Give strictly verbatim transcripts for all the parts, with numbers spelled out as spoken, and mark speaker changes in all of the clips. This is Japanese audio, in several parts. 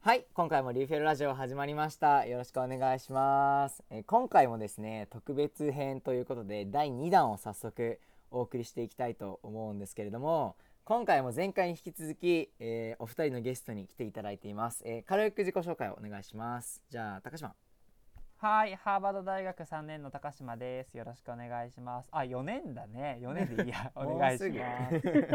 Speaker 1: はい、今回もリューフェルラジオ始まりました。よろしくお願いします。えー今回もですね、特別編ということでだいにだんを早速お送りしていきたいと思うんですけれども、今回も前回に引き続き、えーお二人のゲストに来ていただいています。えー軽く自己紹介をお願いします。じゃあ高島。
Speaker 2: はい、ハーバード大学さんねんの高島です。よろしくお願いします。あ、よねんだね。よねんでいいや。お願いし
Speaker 1: もうすぐ
Speaker 2: ます。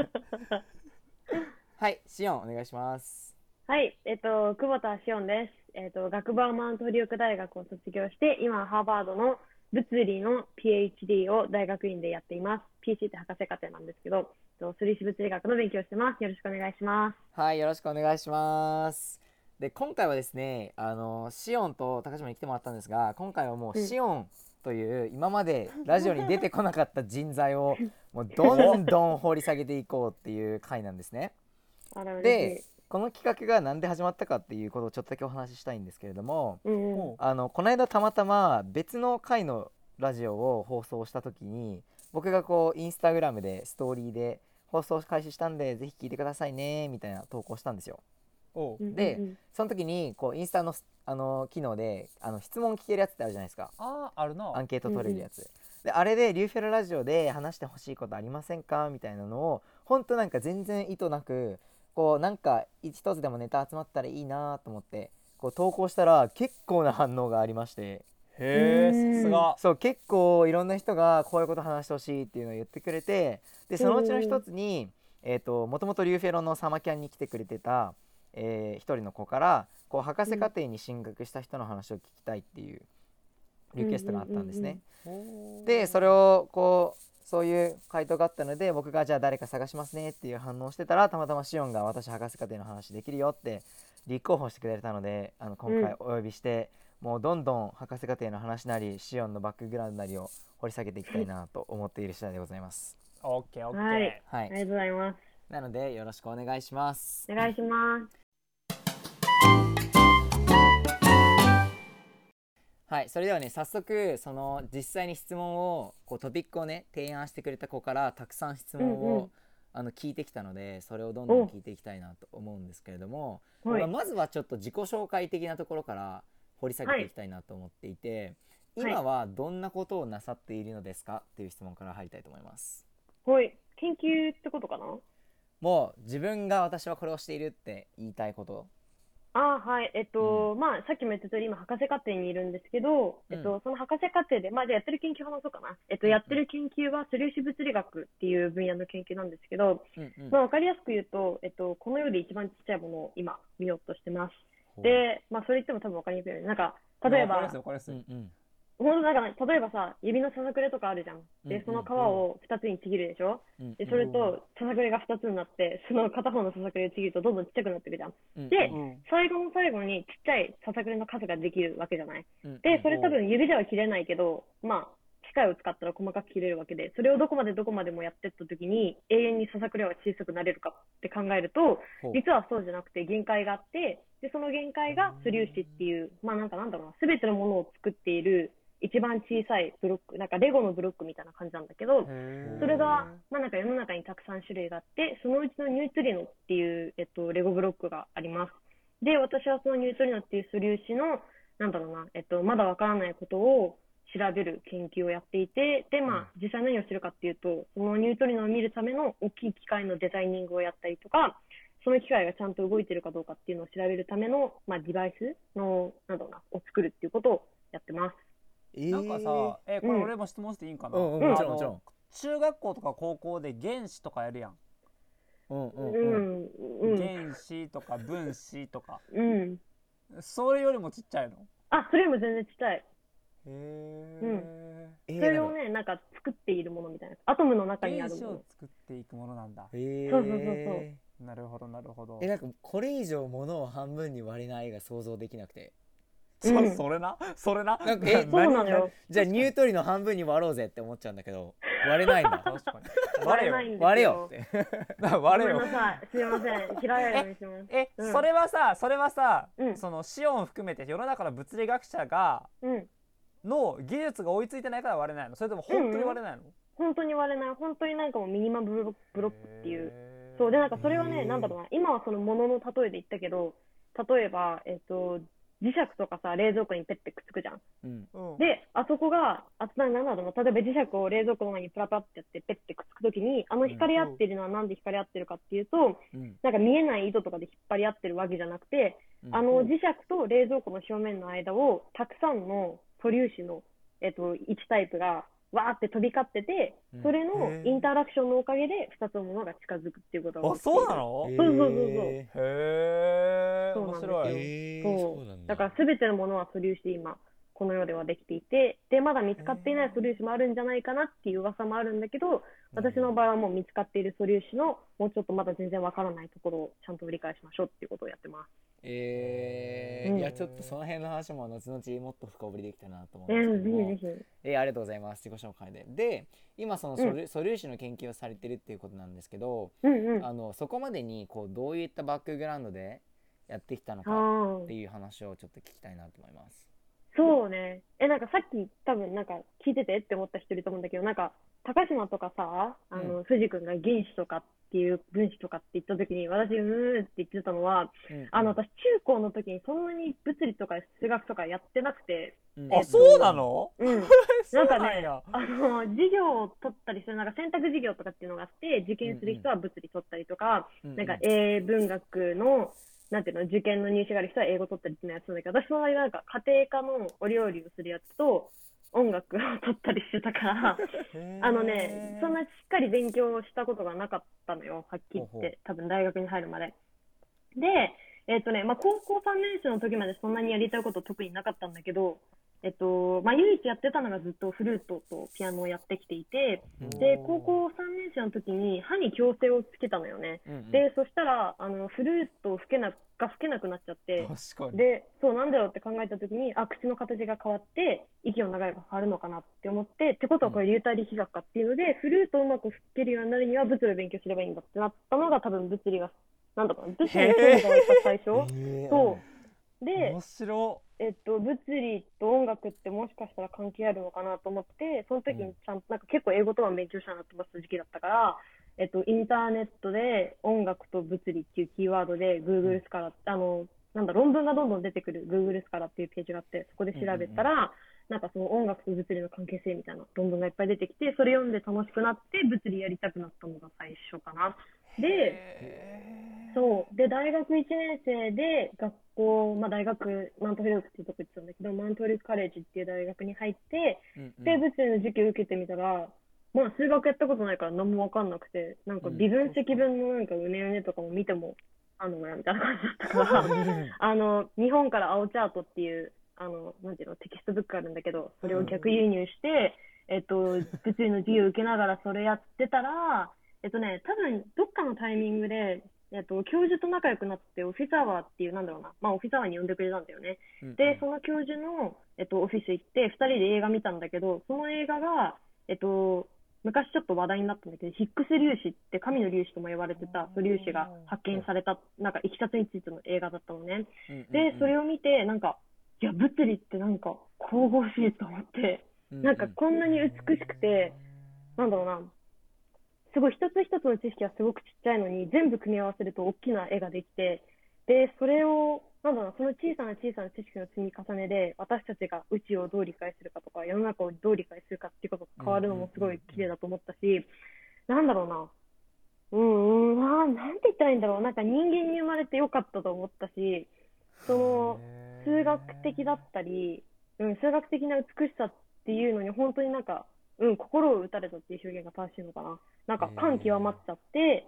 Speaker 1: はい、シオンお願いします。
Speaker 3: はい、えっと、久保田しおんです。えっと、学部はマウントリオク大学を卒業して、今はハーバードの物理の ピーエイチディー を大学院でやっています。ピーシー って博士課程なんですけど、えっと素粒子物理学の勉強をしてます。よろしくお願いします。
Speaker 1: はい、よろしくお願いします。で、今回はですね、あのシオンと高島に来てもらったんですが、今回はもう
Speaker 3: うん。
Speaker 1: シオンという今までラジオに出てこなかった人材をもうどんどん掘り下げていこうっていう回なんですね。
Speaker 3: あら、嬉し
Speaker 1: で、
Speaker 3: い。
Speaker 1: この企画がなんで始まったかっていうことをちょっとだけお話ししたいんですけれども、
Speaker 3: うんうん。
Speaker 2: ほ
Speaker 1: あのこの間たまたま別の回のラジオを放送した時に、僕がこうインスタグラムでストーリーで放送開始したんでぜひ聞いてくださいねみたいな投稿したんですよ。
Speaker 2: う。おう。
Speaker 3: うんうん
Speaker 1: で
Speaker 3: うん。
Speaker 1: その時にこうインスタのあの機能であの質問聞けるやつってあるじゃないですか。
Speaker 2: あー、あるな。
Speaker 1: アンケート
Speaker 3: うんうん。
Speaker 1: 取れるやつで、あれでリューフェルラジオで話してほしいことありませんかみたいなのをほんとなんか全然意図なくこうなんか一つでもネタ集まったらいいなと思ってこう投稿したら結構な反応がありまして、
Speaker 3: う
Speaker 2: へえ、さす
Speaker 3: ーん。
Speaker 2: が。
Speaker 1: そう結構いろんな人がこういうこと話してほしいっていうのを言ってくれて、で
Speaker 3: うん
Speaker 1: そのうちの
Speaker 3: うん
Speaker 1: 一つにえっともともとリューフェロのサマキャンに来てくれてた、えー一人の子からこう博士課程に進学した人の話を聞きたいっていう
Speaker 3: うん。うん
Speaker 1: リクエストがあったんですね。
Speaker 2: お
Speaker 1: でそれをこうそういう回答があったので、僕がじゃあ誰か探しますねっていう反応をしてたら、たまたまシオンが私博士課程の話できるよって立候補してくれたので、あの今
Speaker 3: うん。
Speaker 1: 回お呼びしてもうどんどん博士課程の話なりシオンのバックグラウンドなりを掘り下げていきたいなと思っている次第でございます。
Speaker 2: オッケーオッ
Speaker 3: はい。
Speaker 2: ケ
Speaker 1: はい、
Speaker 3: ありがとうございます。
Speaker 1: なのでよろしくお願いします。
Speaker 3: お願いします。
Speaker 1: はい、それではね早速その実際に質問をこうトピックをね提案してくれた子からたくさん質
Speaker 3: うん
Speaker 1: 問を
Speaker 3: うん。
Speaker 1: あの聞いてきたので、それをどんどん
Speaker 3: お、
Speaker 1: 聞いていきたいなと思うんですけれども、
Speaker 3: はい。
Speaker 1: まあまずはちょっと自己紹介的なところから掘り下げ
Speaker 3: はい。
Speaker 1: ていきたいなと思っていて、
Speaker 3: はい。
Speaker 1: 今はどんなことをなさっているのですかっていう質問から入りたいと思います。
Speaker 3: はい。研究ってことかな。
Speaker 1: もう自分が私はこれをしているって言いたいこと。
Speaker 3: ああ、はい。えっ
Speaker 1: うん、
Speaker 3: と、まあ、さっきも言った通り、今、博士課程にいるんですけど、
Speaker 1: うん、
Speaker 3: えっと、その博士課程で、まあ、じゃあやってる研究話そうかな。えっと、
Speaker 1: うん、
Speaker 3: やってる研究は、素粒子物理学っていう分野の研究なんですけど、
Speaker 1: うん、うん、
Speaker 3: まあ、わかりやすく言うと、えっと、この世で一番ちっちゃいものを今、見ようとしてます。
Speaker 1: ほ
Speaker 3: で、まあ、それ言っても多分わかりにくいよね。なんか、
Speaker 2: ー。いや、
Speaker 3: 例えば、
Speaker 2: わかりやすいわかりや
Speaker 1: う、
Speaker 2: すい。
Speaker 1: うん、うん、
Speaker 3: ほんとなんかね、例えばさ、指のささくれとかあるじゃん。
Speaker 1: うん、う
Speaker 3: で、その皮
Speaker 1: ん、
Speaker 3: を二つにちぎるでしょ。
Speaker 1: うん、
Speaker 3: で、
Speaker 1: うん、
Speaker 3: それ
Speaker 2: うん。
Speaker 3: とささくれが二つになって、その片方のささくれをちぎるとどんどんちっちゃくなっていくじゃん。
Speaker 1: うん、
Speaker 3: で、
Speaker 1: うん、
Speaker 2: うん。
Speaker 3: 最後の最後にちっちゃいささくれの数ができるわけじゃない。
Speaker 1: うん、う
Speaker 3: で、
Speaker 1: ん、
Speaker 3: それ多
Speaker 2: おう。
Speaker 3: 分指では切れないけど、まあ、機械を使ったら細かく切れるわけで、それをどこまでどこまでもやってった時に、永遠にささくれは小さくなれるかって考えると、
Speaker 1: ほ
Speaker 3: 実はそうじゃなくて限界があって、で、その限界が素粒子っていう、まあなんかなんだろうな、すべてのものを作っている一番小さいブロック、なんかレゴのブロックみたいな感じなんだけど、
Speaker 2: へ
Speaker 3: それが、
Speaker 2: え。
Speaker 3: まあなんか世の中にたくさん種類があって、そのうちのニュートリノっていう、えっと、レゴブロックがあります。で、私はそのニュートリノっていう素粒子の、なんだろうな、えっと、まだわからないことを調べる研究をやっていて、で、
Speaker 1: うん、
Speaker 3: まあ、実際何をしてるかっていうと、そのニュートリノを見るための大きい機械のデザイニングをやったりとか、その機械がちゃんと動いてるかどうかっていうのを調べるための、まあ、デバイスの、なんだろうな、を作るっていうことをやってます。
Speaker 1: え
Speaker 2: なんか
Speaker 1: え
Speaker 2: さ、え、
Speaker 3: うん、
Speaker 2: これ俺も質問していいんかな。
Speaker 1: うん、うん、もち
Speaker 3: うん、
Speaker 1: ろんもちろん。
Speaker 2: あの、中学校とか高校で原子とかやるやん。
Speaker 1: うん、うん、
Speaker 3: う
Speaker 1: うん、
Speaker 3: ん、うん、
Speaker 2: 原子とか分子とか。
Speaker 3: うん。
Speaker 2: それよりもちっちゃいの。
Speaker 3: あ、それよりも全然ちっちゃい。
Speaker 2: へ
Speaker 3: うん。
Speaker 2: え。
Speaker 1: えー、なんか
Speaker 3: それをね、なんか作っているものみたいな。アトムの中にあ
Speaker 2: 原子を
Speaker 3: るもの。
Speaker 2: 作っていくものなんだ。
Speaker 3: そうそうそうそう。
Speaker 1: え
Speaker 2: なるほどなるほ
Speaker 1: ー、え
Speaker 2: ど。
Speaker 1: なんかこれ以上ものを半分に割れないが想像できなくて、
Speaker 3: う
Speaker 2: そ
Speaker 3: ん。
Speaker 2: それなそれな
Speaker 1: なんかえ
Speaker 3: そうな
Speaker 2: 何何
Speaker 3: のよ。
Speaker 1: じゃあニ
Speaker 2: 確かに
Speaker 1: ュートリノ半分に割ろうぜって思っちゃうんだけど、割れないんだ。
Speaker 2: 確かに割れよ。
Speaker 3: 割れないんです
Speaker 1: 割れよ
Speaker 3: よ。
Speaker 1: って
Speaker 3: ごめ
Speaker 2: 割れよ。
Speaker 3: んなさい。すいません。平やようにします。
Speaker 2: え、
Speaker 3: うん。
Speaker 2: それはさそれはさ、
Speaker 3: うん。
Speaker 2: そのシオン含めて世の中の物理学者が
Speaker 3: うん。
Speaker 2: の技術が追いついてないから割れないの、それとも本当に割れないの？
Speaker 3: 本当に割れない。本当になんかもうミニマムブロックっていう。
Speaker 2: へー。
Speaker 3: そう。で、なんかそれはね、なんだ
Speaker 1: へ
Speaker 3: ろうな。今はそのものの例えで言ったけど、 例えば、えっと、磁石とかさ、冷蔵庫にペッてくっつくじゃん。
Speaker 1: うん
Speaker 2: うん
Speaker 3: で、あそこが、あ、なんだろうな、例えば磁石を冷蔵庫の前にプラプラってやってペッてくっつくときに、あの光り合ってるのはなんで光り合ってるかっていうと、
Speaker 1: うん
Speaker 3: なんか見えない糸とかで引っ張り合ってるわけじゃなくて、
Speaker 1: うん
Speaker 3: あの磁石と冷蔵庫の表面の間をたくさんの素粒子の、えっと、いちタイプがわーって飛び交ってて、
Speaker 1: うん
Speaker 3: それのインタラクションのおかげでふたつのものが近づくっていうことが
Speaker 2: あ、
Speaker 3: 起きている。
Speaker 2: そうなの？
Speaker 1: え
Speaker 3: そうそうそうそう。
Speaker 1: ー
Speaker 2: へえ、
Speaker 3: そう
Speaker 2: 面白い。
Speaker 3: なんですよ。
Speaker 4: えー、
Speaker 3: そう
Speaker 4: そうなんだ。
Speaker 3: だから全てのものは素粒子で今この世ではできていて、でまだ見つかっていない素粒子もあるんじゃないかなっていう噂もあるんだけど、私の場合はもう見つかっている素粒子のもうちょっとまだ全然わからないところをちゃんと理解しましょうっていうことをやってます。
Speaker 1: えー
Speaker 3: うん
Speaker 1: いやちょっとその辺の話も後々もっと深掘りできたなと思
Speaker 3: え
Speaker 1: うんですけども、
Speaker 3: ー、ぜひぜひ。
Speaker 1: えーありがとうございます。自己紹介で。で、今その素粒素粒子の研究をされてるっていうことなんですけど、
Speaker 3: うんうん。
Speaker 1: あのそこまでにこうどういったバックグラウンドでやってきたのか
Speaker 3: あ
Speaker 1: っていう話をちょっと聞きたいなと思います。
Speaker 3: そうね。え、なんかさっき多分なんか聞いててって思った人いると思うんだけど、なんか高島とかさ、あの、藤君が原子とかっていう分子とかって言った時に、私、うーんって言ってたのは、
Speaker 1: うん
Speaker 3: あの、私中高の時にそんなに物理とか数学とかやってなくて、
Speaker 1: うん
Speaker 2: あ、そうなの？
Speaker 3: うん。
Speaker 2: そ
Speaker 3: なんかね
Speaker 2: うなんや、
Speaker 3: あの、授業を取ったりする、なんか選択授業とかっていうのがあって、受験する人は物理取ったりとか、
Speaker 1: うんうん
Speaker 3: なんか英文学の、なんていうの、受験の入試がある人は英語取ったりっていうのやつなんだけど、私の場合はなんか家庭科のお料理をするやつと、音楽を取ったりしてたから、あのね、そんなしっかり勉強したことがなかったのよ、はっきり
Speaker 1: ほうほう
Speaker 3: 言って、多分大学に入るまで。で、えっとね、まあ、高校さんねん生の時までそんなにやりたいこと特になかったんだけど、えっと、まあ、唯一やってたのがずっとフルートとピアノをやってきていて、で、高校さんねん生の時に歯に矯正をつけたのよね。
Speaker 1: うんうん
Speaker 3: で、そしたら、あの、フルートを吹けな、が吹けなくなっちゃって、
Speaker 2: 確かに。
Speaker 3: で、そう、なんだろうって考えた時に、あ、口の形が変わって、息の流れが変わるのかなって思って、ってことはこれ流体力学かっていうので、フルートをうまく吹けるようになるには物理を勉強すればいいんだってなったのが多分物理が、なんだろうな、物理に興味が湧いた最初。
Speaker 1: えー
Speaker 3: そう。で
Speaker 2: 面、白
Speaker 3: えっと、物理と音楽ってもしかしたら関係あるのかなと思って、その時にちゃんと、なんか結構英語とかも勉強したなと思った時期だったから、えっと、インターネットで音楽と物理っていうキーワードで Google スカラ、あの、なんだ、論文がどんどん出てくる Google スカラっていうページがあって、そこで調べたら、なんかその音楽と物理の関係性みたいな論文がいっぱい出てきて、それ読んで楽しくなって物理やりたくなったのが最初かな。で、そう。で、大学いちねん生で学校、まあ大学、マントフィルクっていうとこ行ってたんだけど、マントフィルクカレッジっていう大学に入って、
Speaker 1: うんうん
Speaker 3: で、物理の授業を受けてみたら、まあ数学やったことないから何もわかんなくて、なんか微分積分のなんかうねうねとかも見ても、あの、みたいな感じだったから、あの、日本から青チャートっていう、あの、なんていうの、テキストブックあるんだけど、それを逆輸入して、えっと、物理の授業を受けながらそれやってたら、えっとね、多分どっかのタイミングで、えっと、教授と仲良くなって、オフィスアワーっていう、なんだろうな、まあ、オフィスアワーに呼んでくれたんだよね。
Speaker 1: うんうん
Speaker 3: で、その教授の、えっと、オフィス行って、二人で映画見たんだけど、その映画が、えっと、昔ちょっと話題になったんだけど、ヒッグス粒子って神の粒子とも呼ばれてた素粒子が発見された、なんか、いきさつについての映画だったのね。
Speaker 1: うんうんうん
Speaker 3: で、それを見て、なんか、いや、物理ってなんか、神々しいと思って、なんかこんなに美しくて、なんだろうな、すごい一つ一つの知識はすごくちっちゃいのに、全部組み合わせると大きな絵ができて、で、それを、なんだろうな、その小さな小さな知識の積み重ねで、私たちが宇宙をどう理解するかとか、世の中をどう理解するかっていうことが変わるのもすごい綺麗だと思ったし、なんだろうな、うん、うん、ななんて言ったらいいんだろう、なんか人間に生まれてよかったと思ったし、その、数学的だったり、うん、数学的な美しさっていうのに本当になんか、うん、心を打たれたっていう表現が正しいのかな。なんか感極まっちゃって、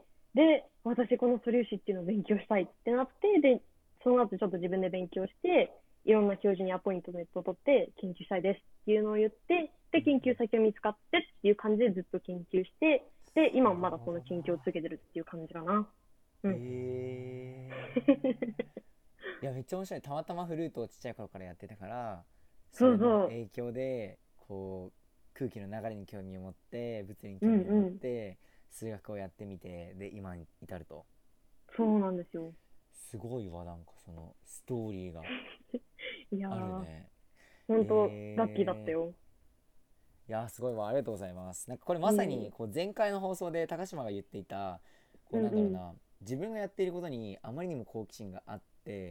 Speaker 3: で、私この素粒子っていうのを勉強したいってなって、で、その後ちょっと自分で勉強して、いろんな教授にアポイントメントを取って研究したいですっていうのを言って、で、研究先を見つかってっていう感じでずっと研究して、で、今もまだその研究を続けてるっていう感じかな。うん。
Speaker 1: えーいやめっちゃ面白い。たまたまフルートをちっちゃい頃からやってたから、
Speaker 3: そうそう
Speaker 1: れの影響でこう空気の流れに興味を持って物理に興味を持って、数学をやってみて、で今に至ると。
Speaker 3: そうなんですよ。
Speaker 1: すごいわ、なんかそのストーリーが
Speaker 3: いや
Speaker 1: ある
Speaker 3: ー、
Speaker 1: ね。
Speaker 3: 本当、
Speaker 1: えー
Speaker 3: ラッキーだったよ。
Speaker 1: いやすごいわ、ありがとうございます。なんかこれまさ
Speaker 3: うん
Speaker 1: にこう前回の放送で高島が言っていたこうなんだろうな、自分がやっていることにあまりにも好奇心があって、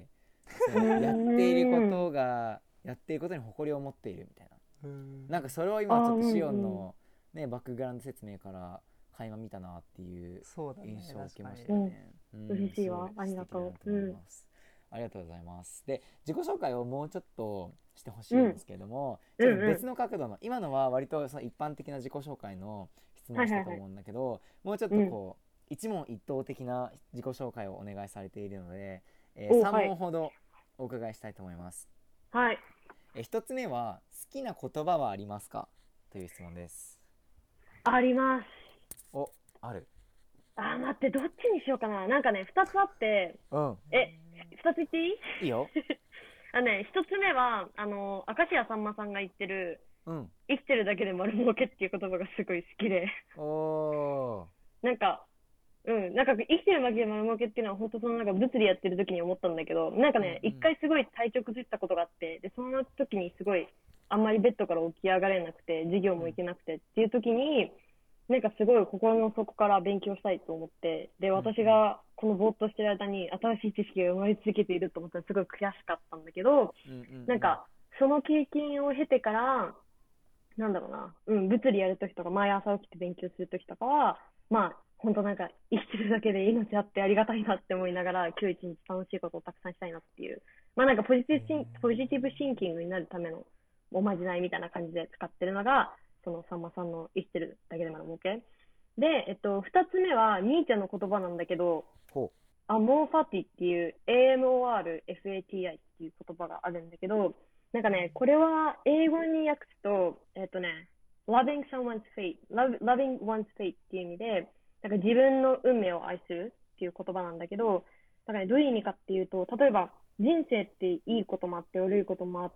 Speaker 1: そうやっていることがやっていることに誇りを持っているみたいな、
Speaker 2: うん
Speaker 1: なんかそれを今ちょっとシオン
Speaker 3: あーうん
Speaker 1: の、ね、バックグラウンド説明から垣間見たなっていう
Speaker 2: そうだね
Speaker 1: 印象を受けました
Speaker 3: 確かに
Speaker 1: よね。うん
Speaker 3: 嬉しいわ
Speaker 1: すご
Speaker 3: ありがとう
Speaker 1: 素敵だなと思います。ありがとうございます。で、自己紹介をもうちょっとしてほしいんですけれども、
Speaker 3: うん
Speaker 1: ちょっと別の角度の、今のは割とその一般的な自己紹介の質問をしたと思うんだけど、もうちょっとこう、一問一答的な自己紹介をお願いされているので、えー、さん
Speaker 3: おはい
Speaker 1: 問ほどお伺いしたいと思います。
Speaker 3: はい。
Speaker 1: えー、ひとつめは好きな言葉はありますかという質問です。
Speaker 3: あります。
Speaker 1: お、ある。
Speaker 3: あー、待って、どっちにしようかな。なんかね、二つあって、
Speaker 1: うん、
Speaker 3: え、二つ言っていい？
Speaker 1: いいよ。
Speaker 3: あのね、一つ目は、あの、明石家さんまさんが言ってる、
Speaker 1: うん。
Speaker 3: 生きてるだけで丸儲けっていう言葉がすごい好きで、
Speaker 1: お
Speaker 3: なんか、うん、なんか生きてるだけで丸儲けっていうのは本当そのなんか物理やってる時に思ったんだけど、なんかね、
Speaker 1: うんうん
Speaker 3: 一回すごい体調崩したことがあって、で、その時にすごい、あんまりベッドから起き上がれなくて、授業も行けなくてっていう時に、なんかすごい心の底から勉強したいと思って、で、私がこのぼーっとしてる間に新しい知識が生まれ続けていると思ったらすごい悔しかったんだけど、
Speaker 1: ー、うんうんうん、
Speaker 3: なんか、その経験を経てから、なんだろうな、うん、物理やるときとか、毎朝起きて勉強するときとかは、まあ、本当なんか、生きてるだけで命あってありがたいなって思いながら、今日一日楽しいことをたくさんしたいなっていう、まあなんかポジティブシン、ポジティブシンキングになるためのおまじないみたいな感じで使ってるのが、そのさんまさんの生きてるだけで丸儲け。で、えっと、二つ目は、ニーチェの言葉なんだけど、
Speaker 1: ほ
Speaker 3: アモーファティっていう エーエムオーアールエフエーティーアイ っていう言葉があるんだけど、なんかね、これは英語に訳すと、えっとね、loving someone's fate, love, loving one's fate っていう意味で、なんか自分の運命を愛するっていう言葉なんだけど、だからね、どういう意味かっていうと、例えば人生っていいこともあって悪いこともあって、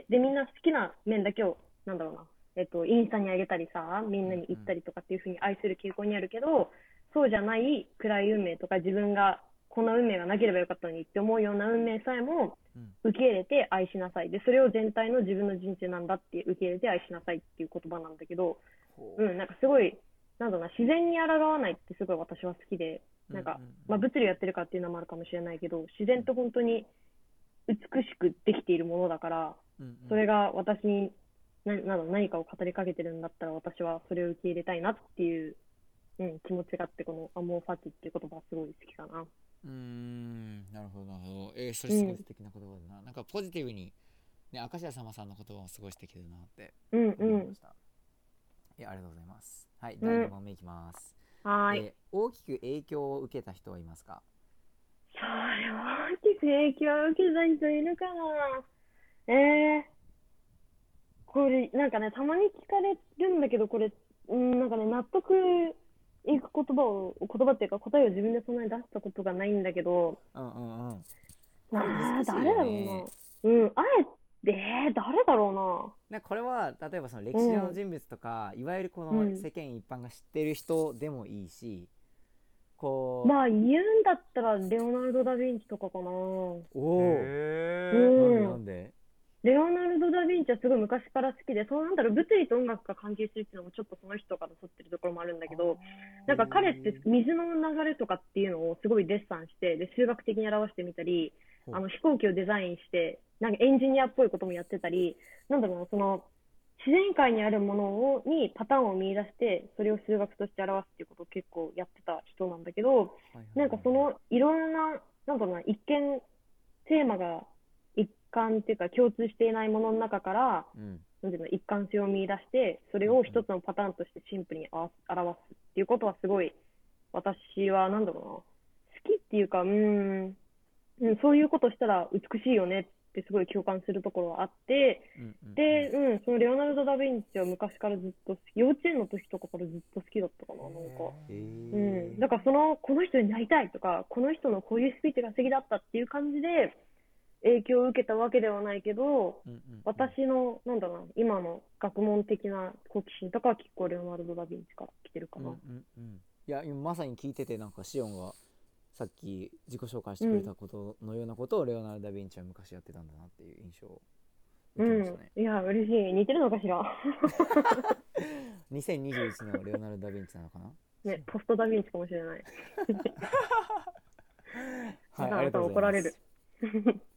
Speaker 3: で、みんな好きな面だけを、なんだろうな、えっと、インスタに上げたりさ、みんなに言ったりとかっていう風に愛する傾向にあるけど、そうじゃない暗い運命とか自分がこんな運命がなければよかったのにって思うような運命さえも
Speaker 1: う、
Speaker 3: 受け入れて愛しなさい。で、それを全体の自分の人生なんだって受け入れて愛しなさいっていう言葉なんだけど、
Speaker 1: ほ
Speaker 3: うん、なんかすごい、なんだろうな、自然に抗わないってすごい私は好きで、なんか、まあ物理やってるかっていうのもあるかもしれないけど、自然と本当に美しくできているものだから、
Speaker 1: うんうん
Speaker 3: それが私にななど何かを語りかけてるんだったら私はそれを受け入れたいなっていう、うん、気持ちがあって、このアモーファティっていう言葉はすごい好きかな。
Speaker 1: うーん、なるほどなるほど。えー、それすごい素敵な言葉だな。なんかポジティブに、ね、明石家さんまさんの言葉もすごい素敵だなって
Speaker 3: うんうん
Speaker 1: 思いまし。た。いや、ありがとうございます。はい、
Speaker 3: ん
Speaker 1: だいに問目いきます。
Speaker 3: はーい。
Speaker 1: えー大きく影響を受けた人はいますか？
Speaker 3: それは大きく影響を受けた人いるかな。えー、これ、なんかね、たまに聞かれるんだけど、これ、うん、なんかね、納得いく言葉を、言葉っていうか答えを自分でそんなに出したことがないんだけど、
Speaker 1: うんうんうん。
Speaker 3: あー、
Speaker 1: 難しい
Speaker 3: 誰だろう
Speaker 1: よね。
Speaker 3: な。うん、あえて、えー、誰だろ
Speaker 1: なんかこれは例えばその歴史上の人物とか、いわゆるこの
Speaker 3: うん
Speaker 1: 世間一般が知ってる人でもいいし、こ
Speaker 3: うな。
Speaker 1: う、
Speaker 3: まあ、言うんだったら、レオナルド・ダ・ヴィンチとかかな。
Speaker 1: おお、
Speaker 2: へー
Speaker 3: うん
Speaker 1: なんでなんで？
Speaker 3: レオナルド・ダ・ヴィンチはすごい昔から好きで、そのなんだろう、物理と音楽が関係するっていうのもちょっとその人から沿ってるところもあるんだけど、なんか彼って水の流れとかっていうのをすごいデッサンして、で、数学的に表してみたり、
Speaker 1: ほう
Speaker 3: あの飛行機をデザインして、なんかエンジニアっぽいこともやってたり、なんだろうな、その、自然界にあるものをにパターンを見出して、それを数学として表すっていうことを結構やってた人なんだけど、
Speaker 1: はいはいはい
Speaker 3: なんかそのいろんな、なんだろうな、一見テーマが一貫っていうか共通していないものの中から、
Speaker 1: うん
Speaker 3: なんていうの、一貫性を見出して、それを一つのパターンとしてシンプルに表す表すっていうことはすごい、私はなんだろうな、好きっていうか、うーん、うんそういうことしたら美しいよねってすごい共感するところはあって、
Speaker 1: うんうん、
Speaker 3: で、うん、そのレオナルド・ダ・ヴィンチは昔からずっと好き、幼稚園の時とかからずっと好きだったかな、なんか。
Speaker 1: へ
Speaker 3: う
Speaker 1: ー
Speaker 3: ん、だからその、この人になりたいとか、この人のこういうスピーチが素敵だったっていう感じで影響を受けたわけではないけど、
Speaker 1: うんうんうん、
Speaker 3: 私の、なんだろうな、今の学問的な好奇心とかは結構レオナルド・ダ・ヴィンチから来てるかな。
Speaker 1: うんうんうん、いや今まさに聞いてて、なんかシオンがさっき自己紹介してくれたことのようなことをレオナルド・ダ・ヴィンチは昔やってたんだなっていう印象を
Speaker 3: うん
Speaker 1: 受けましたね。、
Speaker 3: いや、嬉しい。似てるのかしら。
Speaker 1: にせんにじゅういちのレオナルド・ダ・ヴィンチなのかな。
Speaker 3: ね、ポストダ・ヴィンチかもしれない。
Speaker 1: はい、
Speaker 3: また
Speaker 1: ありがとうございます。
Speaker 3: 怒られる。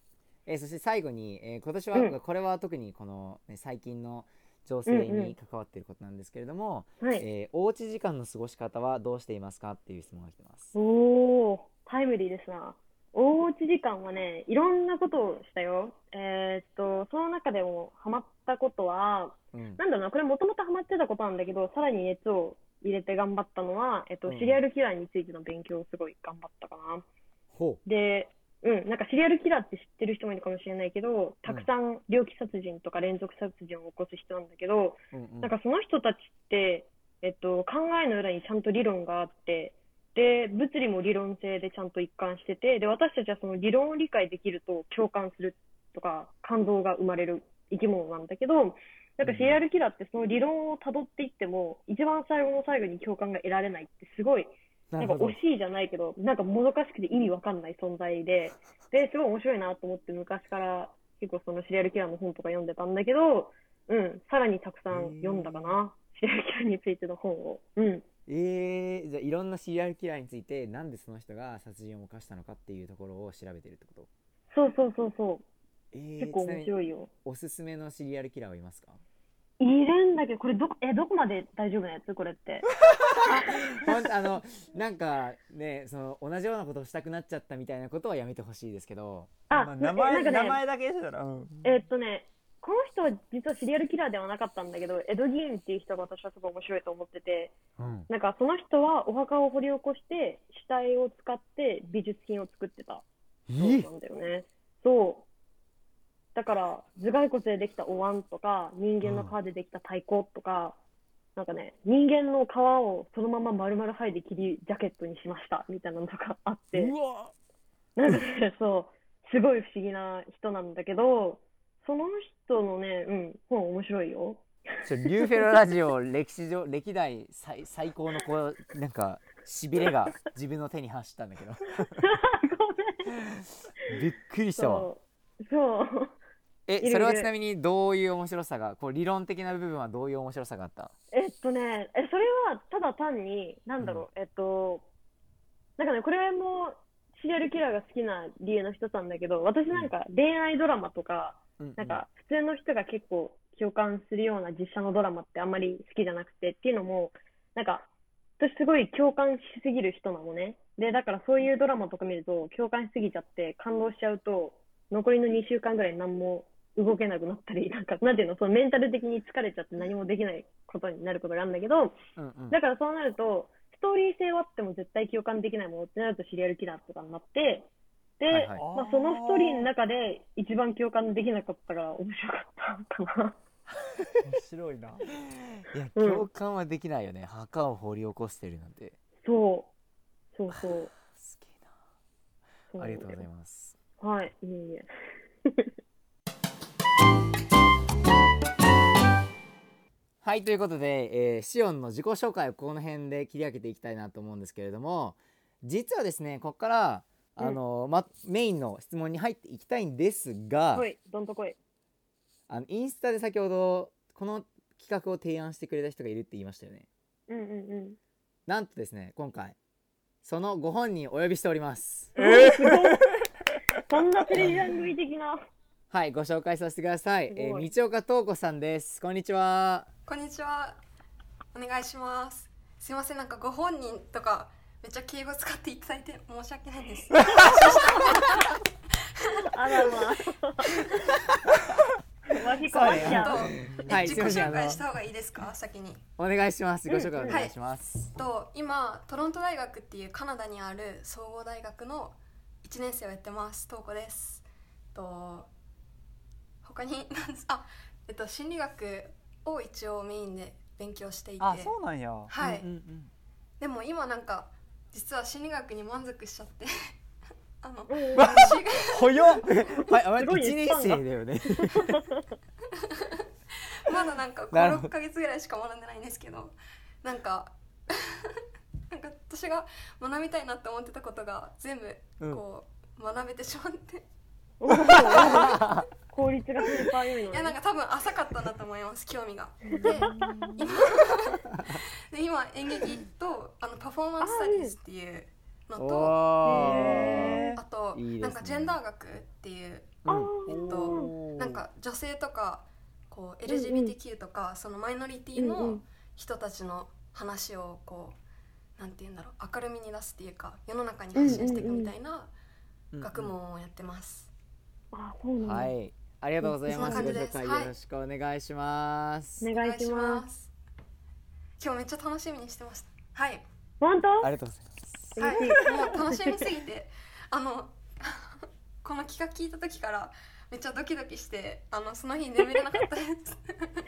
Speaker 1: えーそして最後に、えー今年は、
Speaker 3: うん
Speaker 1: これは特にこの、ね、最近の情勢に関わっていることなんですけれども、
Speaker 3: はい。
Speaker 1: えーおうち時間の過ごし方はどうしていますかっていう質問が来てます。
Speaker 3: おー、タイムリーですな。おうち時間はね、いろんなことをしたよ。えーっと、その中でもハマったことは、
Speaker 1: うん
Speaker 3: なんだろうな、これもともとハマってたことなんだけど、さらに熱を入れて頑張ったのは、えっと、
Speaker 1: うん
Speaker 3: シリアルキラーについての勉強をすごい頑張ったかな。
Speaker 1: ほ
Speaker 3: で、うん、なんかシリアルキラーって知ってる人もいるかもしれないけど、たくさん猟奇殺人とか連続殺人を起こす人なんだけど、
Speaker 1: う、うんうん
Speaker 3: なんかその人たちって、えっと、考えの裏にちゃんと理論があって、で、物理も理論性でちゃんと一貫してて、で、私たちはその理論を理解できると共感するとか、感動が生まれる生き物なんだけど、なんかシリアルキラーってその理論を辿っていっても、一番最後の最後に共感が得られないってすごい、なんか
Speaker 1: なるほど
Speaker 3: 惜しいじゃないけど、なんかもどかしくて意味わかんない存在で、で、すごい面白いなと思って昔から結構そのシリアルキラーの本とか読んでたんだけど、うん、さらにたくさん読んだかな。シリアルキラーについての本を。うん。
Speaker 1: えー、じゃあいろんなシリアルキラーについてなんでその人が殺人を犯したのかっていうところを調べてるってこと？
Speaker 3: そうそうそうそう。
Speaker 1: えー、
Speaker 3: 結構
Speaker 1: ちなみに
Speaker 3: 面白いよ。
Speaker 1: おすすめのシリアルキラーはいますか？
Speaker 3: いるんだけど、これどこ、え、どこまで大丈夫なやつこれって。
Speaker 1: ほんとあのなんかねその同じようなことをしたくなっちゃったみたいなことはやめてほしいですけど。
Speaker 3: あ、
Speaker 2: まあ、名前
Speaker 3: なんかね、
Speaker 2: 名前だけしたら、うん、
Speaker 3: えーっとね、この人は実はシリアルキラーではなかったんだけど、エド・ギーンっていう人が私はすごい面白いと思ってて、
Speaker 1: うん
Speaker 3: なんかその人はお墓を掘り起こして死体を使って美術品を作ってたそう
Speaker 1: え
Speaker 3: なんだよね。そう。だから頭蓋骨でできたお椀とか人間の皮でできた太鼓とか、なんかね、人間の皮をそのまま丸々剥いで切りジャケットにしましたみたいなのとかあって、
Speaker 1: うわ
Speaker 3: なんかね、そうすごい不思議な人なんだけど、その人のね、うん、本面白いよ。
Speaker 1: ちょリューフェロラジオ歴史上歴代最最高のこうなんかしびれが自分の手に走ったんだけど
Speaker 3: ごめん。
Speaker 1: びっくりしたわ。
Speaker 3: そうそう
Speaker 1: え
Speaker 3: いるいる
Speaker 1: それはちなみにどういう面白さがこう理論的な部分はどういう面白さがあった？
Speaker 3: えっとね、え、それはただ単に、なんだろう、えっと、なんかね、これもシリアルキラーが好きな理由の一つなんだけど、私なんか恋愛ドラマとか、
Speaker 1: うんうん
Speaker 3: なんか普通の人が結構共感するような実写のドラマってあんまり好きじゃなくてっていうのも、なんか私すごい共感しすぎる人なのね。で、だからそういうドラマとか見ると共感しすぎちゃって感動しちゃうと、残りのにしゅうかんぐらい何も動けなくなったり、なんか、なんていうの、そのメンタル的に疲れちゃって何もできないことになることがあるんだけど、
Speaker 1: うんうん
Speaker 3: だからそうなると、ストーリー性はあっても絶対共感できないものってなるとシリアルキラーとかになって、で、
Speaker 1: はいはい
Speaker 3: まあ、そのストーリーの中で一番共感できなかったから面白かったかな。
Speaker 2: 面白いな。
Speaker 1: いや
Speaker 3: うん
Speaker 1: 共感はできないよね、墓を掘り起こしてるなんて。
Speaker 3: そう。そうそう。
Speaker 1: すげえ
Speaker 3: そう
Speaker 1: な。ありがとうございます。
Speaker 3: はい、いえいえ。
Speaker 1: はいということで、えーシオンの自己紹介をこの辺で切り上げていきたいなと思うんですけれども、実はですねここからあの、ま、メインの質問に入っていきたいんですが、
Speaker 3: 来い、どんと来い。
Speaker 1: あのインスタで先ほどこの企画を提案してくれた人がいるって言いましたよね。
Speaker 3: うんうんうん。
Speaker 1: なんとですね今回そのご本人をお呼びしております。
Speaker 3: えー、すごい。そんなテレビ番組的な。
Speaker 1: はいご紹介させてください。
Speaker 3: すごい
Speaker 1: えー、道岡東子さんです。こんにちは。
Speaker 4: こんにちは。お願いします。すいません、なんかご本人とかめっちゃ敬語使っていただいて申し訳ないです。
Speaker 3: あらまあ。わしこまっちゃう。
Speaker 1: はい
Speaker 4: 自己
Speaker 1: すいません
Speaker 4: 紹介した方がいいですか、先に。
Speaker 1: お願いします。ご紹介お願いしま
Speaker 4: は
Speaker 1: す。
Speaker 4: と今トロント大学っていうカナダにある総合大学のいちねん生をやってます。東子です。と他になんですあ、えっと心理学を一応メインで勉強していて、
Speaker 2: あ、そうなんや。
Speaker 4: はい。
Speaker 1: うんうん
Speaker 4: でも今なんか実は心理学に満足しちゃってあの
Speaker 3: うんうん
Speaker 2: ほよ。
Speaker 1: はい、あ
Speaker 3: すごい
Speaker 1: いちねん生だよね。
Speaker 4: まだなんかご、
Speaker 1: なるほど
Speaker 4: ろっかげつぐらいしか学んでないんですけど、なんかなんか私が学びたいなって思ってたことが全部こう、学べてしまって
Speaker 3: おー効率がスーパー良いのね。
Speaker 4: いやなんか多分浅かったなと思います、興味が。で今で今演劇とあのパフォーマンススタディーズっていうのと、
Speaker 1: おー
Speaker 3: へ
Speaker 4: あと
Speaker 1: いいですね
Speaker 4: なんかジェンダー学っていう
Speaker 1: うん
Speaker 3: あ
Speaker 4: えっ
Speaker 3: ー
Speaker 4: となんか女性とかこう エルジービーティーキュー とか、そのマイノリティの
Speaker 3: うんうん
Speaker 4: 人たちの話をこうなんて言うんだろう、明るみに出すっていうか世の中に発信していくみたいな学問をやってます。
Speaker 3: あ、そうなんだ。
Speaker 1: はい、ありがとうございます。
Speaker 4: そんな感じ
Speaker 1: ご紹介
Speaker 4: ですはい
Speaker 1: よろしくお願いします。
Speaker 3: お願いします。
Speaker 4: す。今日めっちゃ楽しみにしてました。はい、
Speaker 3: 本当？
Speaker 1: ありがとうございます。
Speaker 4: はい、
Speaker 3: 嬉しい。
Speaker 4: もう楽しみすぎてあのこの企画聞いた時からめっちゃドキドキして、あのその日眠れなかったです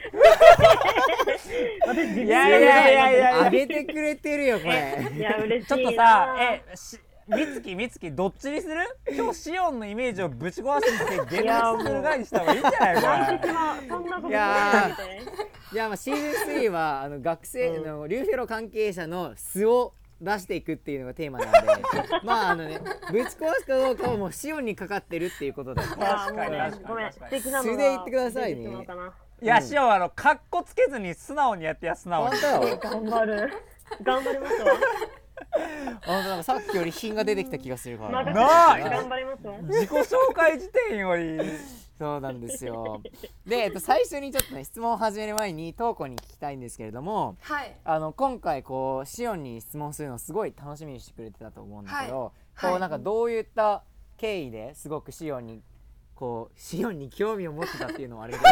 Speaker 3: 私自分で
Speaker 2: いやいやいやいや
Speaker 1: あげてくれてるよこれ。
Speaker 3: いや嬉しい
Speaker 2: ちょっと
Speaker 3: な
Speaker 2: さ、えしみつきみつきどっちにする？今日シオンのイメージをぶち壊して現実する側にした方がいいんじゃないこれ。
Speaker 3: まあそんなこと
Speaker 1: い
Speaker 3: しない
Speaker 1: や
Speaker 3: で。
Speaker 1: いやまあシーズンスリーはあの学生のリューフェロ関係者の素を出していくっていうのがテーマなんで、まああのねぶち壊すかどうかはもうシオンにかかってるっていうことで。
Speaker 3: いや
Speaker 2: 確かに
Speaker 3: もうね
Speaker 2: 確かに
Speaker 3: ごめん
Speaker 2: 確かに
Speaker 3: 素敵なのが
Speaker 1: 素で言ってくださいね
Speaker 3: 出てしまうかな。
Speaker 2: いやシオンあのカッコつけずに素直にやってや素直に。
Speaker 1: 本当よ。
Speaker 3: 頑張る。頑張りますわ。
Speaker 1: 本当なんかさっきより品が出てきた気がするから。
Speaker 3: 任せて
Speaker 2: ない
Speaker 3: 頑張りますわ。
Speaker 2: 自己紹介時点より。
Speaker 1: そうなんですよ。で、えっと、最初にちょっとね質問を始める前にトーコに聞きたいんですけれども、
Speaker 4: はい
Speaker 1: あの今回こうシオンに質問するのすごい楽しみにしてくれてたと思うんだけど、
Speaker 4: はい
Speaker 1: こう
Speaker 4: はい
Speaker 1: なんかどういった経緯ですごくシオンにこうシオンに興味を持ってたっていうのはあれだけ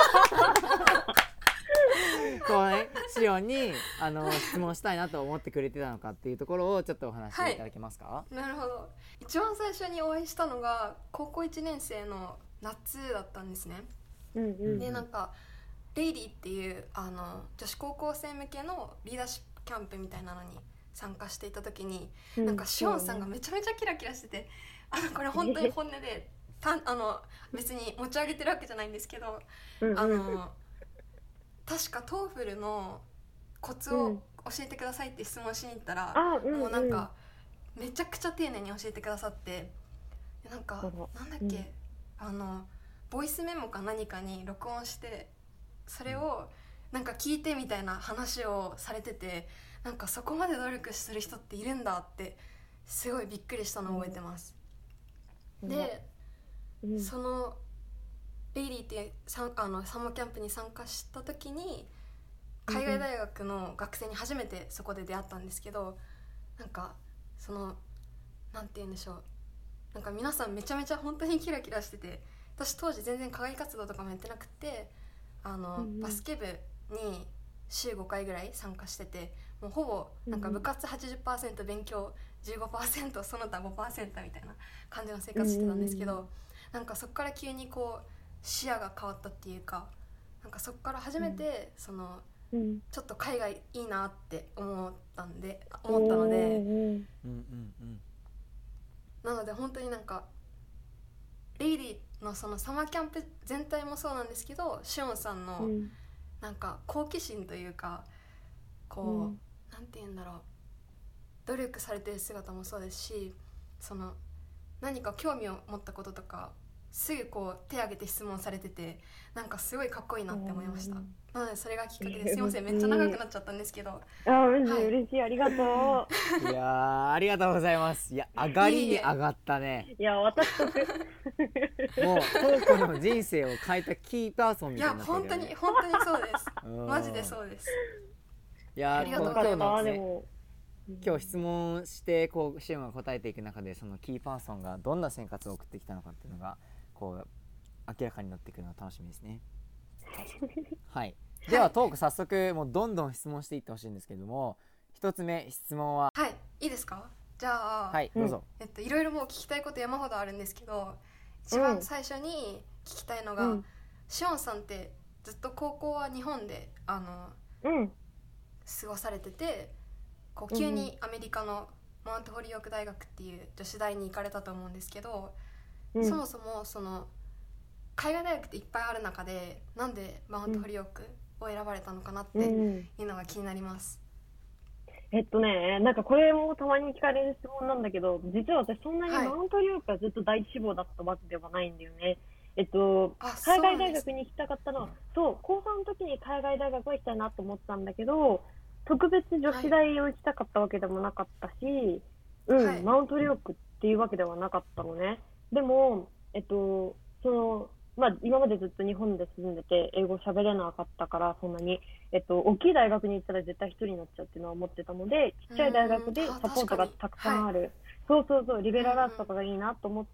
Speaker 1: どこうねシオンにあの質問したいなと思ってくれてたのかっていうところをちょっとお話しいただけますか？
Speaker 4: なるほど。一番最初にお会いしたのが高校いちねん生の夏だったんですね。
Speaker 3: うんうん。
Speaker 4: でなんかレイリーっていうあの女子高校生向けのリーダーシップキャンプみたいなのに参加していた時に、
Speaker 3: うん
Speaker 4: なんかシオンさんがめちゃめちゃキラキラしてて、あのこれ本当に本音でたあの別に持ち上げてるわけじゃないんですけど、
Speaker 3: うんうん
Speaker 4: あの確かトーフルのコツを
Speaker 3: うん
Speaker 4: 教えてくださいって質問しに行ったら、
Speaker 3: あうんうん
Speaker 4: もうなんかめちゃくちゃ丁寧に教えてくださって、なんか
Speaker 3: そうそう
Speaker 4: なんだっけ、
Speaker 3: うん
Speaker 4: あのボイスメモか何かに録音してそれをなんか聞いてみたいな話をされてて、なんかそこまで努力する人っているんだってすごいびっくりしたのを覚えてます。で、
Speaker 3: うん
Speaker 4: そのレイリーってさあのサンマキャンプに参加した時に海外大学の学生に初めてそこで出会ったんですけど、なんかそのなんて言うんでしょう、なんか皆さんめちゃめちゃ本当にキラキラしてて、私当時全然課外活動とかもやってなくて、あの、
Speaker 3: うんうん
Speaker 4: バスケ部に週ごかいぐらい参加してて、もうほぼなんか部活 はちじゅっパーセント 勉強 じゅうごパーセント その他 ごパーセント みたいな感じの生活してたんですけど、
Speaker 3: うんうん
Speaker 4: なんかそこから急にこう視野が変わったっていうか、なんかそこから初めてその
Speaker 3: うん
Speaker 4: ちょっと海外いいなって思ったんで思ったので、
Speaker 3: うん
Speaker 1: うんうんうん
Speaker 4: なので本当になんかレイリーのそのサマーキャンプ全体もそうなんですけど、シオンさんの
Speaker 3: うん
Speaker 4: なんか好奇心というかこう、
Speaker 3: うん
Speaker 4: なんて言うんだろう、努力されてる姿もそうですし、その何か興味を持ったこととかすぐこう手挙げて質問されてて、なんかすごいかっこいいなって思いました。なのでそれがきっかけですいません、めっちゃ長くなっちゃったんですけど、
Speaker 3: あ嬉し
Speaker 4: はい
Speaker 3: い嬉しいありがと
Speaker 1: いやーありがとうございます。いや上がりに上がったね。
Speaker 3: う。いや私とく。
Speaker 1: もうトーコの人生を変えたキーパーソン
Speaker 4: い
Speaker 1: みたいになってる
Speaker 4: や本当
Speaker 1: よね。
Speaker 4: に本当にそうです
Speaker 1: うん
Speaker 4: マジでそうです。
Speaker 1: いやー
Speaker 4: ありがとう
Speaker 1: この
Speaker 4: ございます
Speaker 1: 今日のね
Speaker 3: でも
Speaker 1: 今日質問してこうシオンが答えていく中でそのキーパーソンがどんな生活を送ってきたのかっていうのがこう明らかになってくるのが楽しみですね。はい。ではトーク早速もうどんどん質問していってほしいんですけれども、一つ目質問は
Speaker 4: はい、いいですか。じゃあ、
Speaker 1: はいどうぞ。
Speaker 4: えっといろいろもう聞きたいこと山ほどあるんですけど、一番最初に聞きたいのが、
Speaker 3: うん
Speaker 4: シオンさんってずっと高校は日本であの
Speaker 3: うん
Speaker 4: 過ごされてて、こう急にアメリカのマウントホリーオーク大学っていう女子大に行かれたと思うんですけど、
Speaker 3: うん
Speaker 4: そもそもその海外大学っていっぱいある中でなんでマウントホリーオークを選ばれたのかなって
Speaker 3: うん
Speaker 4: いうのが気になります。
Speaker 3: えっとね、なんかこれもたまに聞かれる質問なんだけど、実は私そんなに
Speaker 4: はい
Speaker 3: マウントリオークがずっと第一志望だったわけではないんだよね。えっと、
Speaker 4: あそう
Speaker 3: 海外大
Speaker 4: なんです
Speaker 3: 学に行きたかったのは、そう、高さんの時に海外大学は行きたいなと思ったんだけど、特別女子大を行きたかったわけでもなかったし、うん、
Speaker 4: はい
Speaker 3: マウントリオークっていうわけではなかったのね。でも、えっと、 その、まあ、今までずっと日本で住んでて、英語喋れなかったから、そんなに、えっと、大きい大学に行ったら絶対一人になっちゃうっていうのは思ってたので、ちっちゃい大学で
Speaker 4: うんあ
Speaker 3: サポートがたくさんある。そうそうそう、リベラルアーツとかがいいなと思って、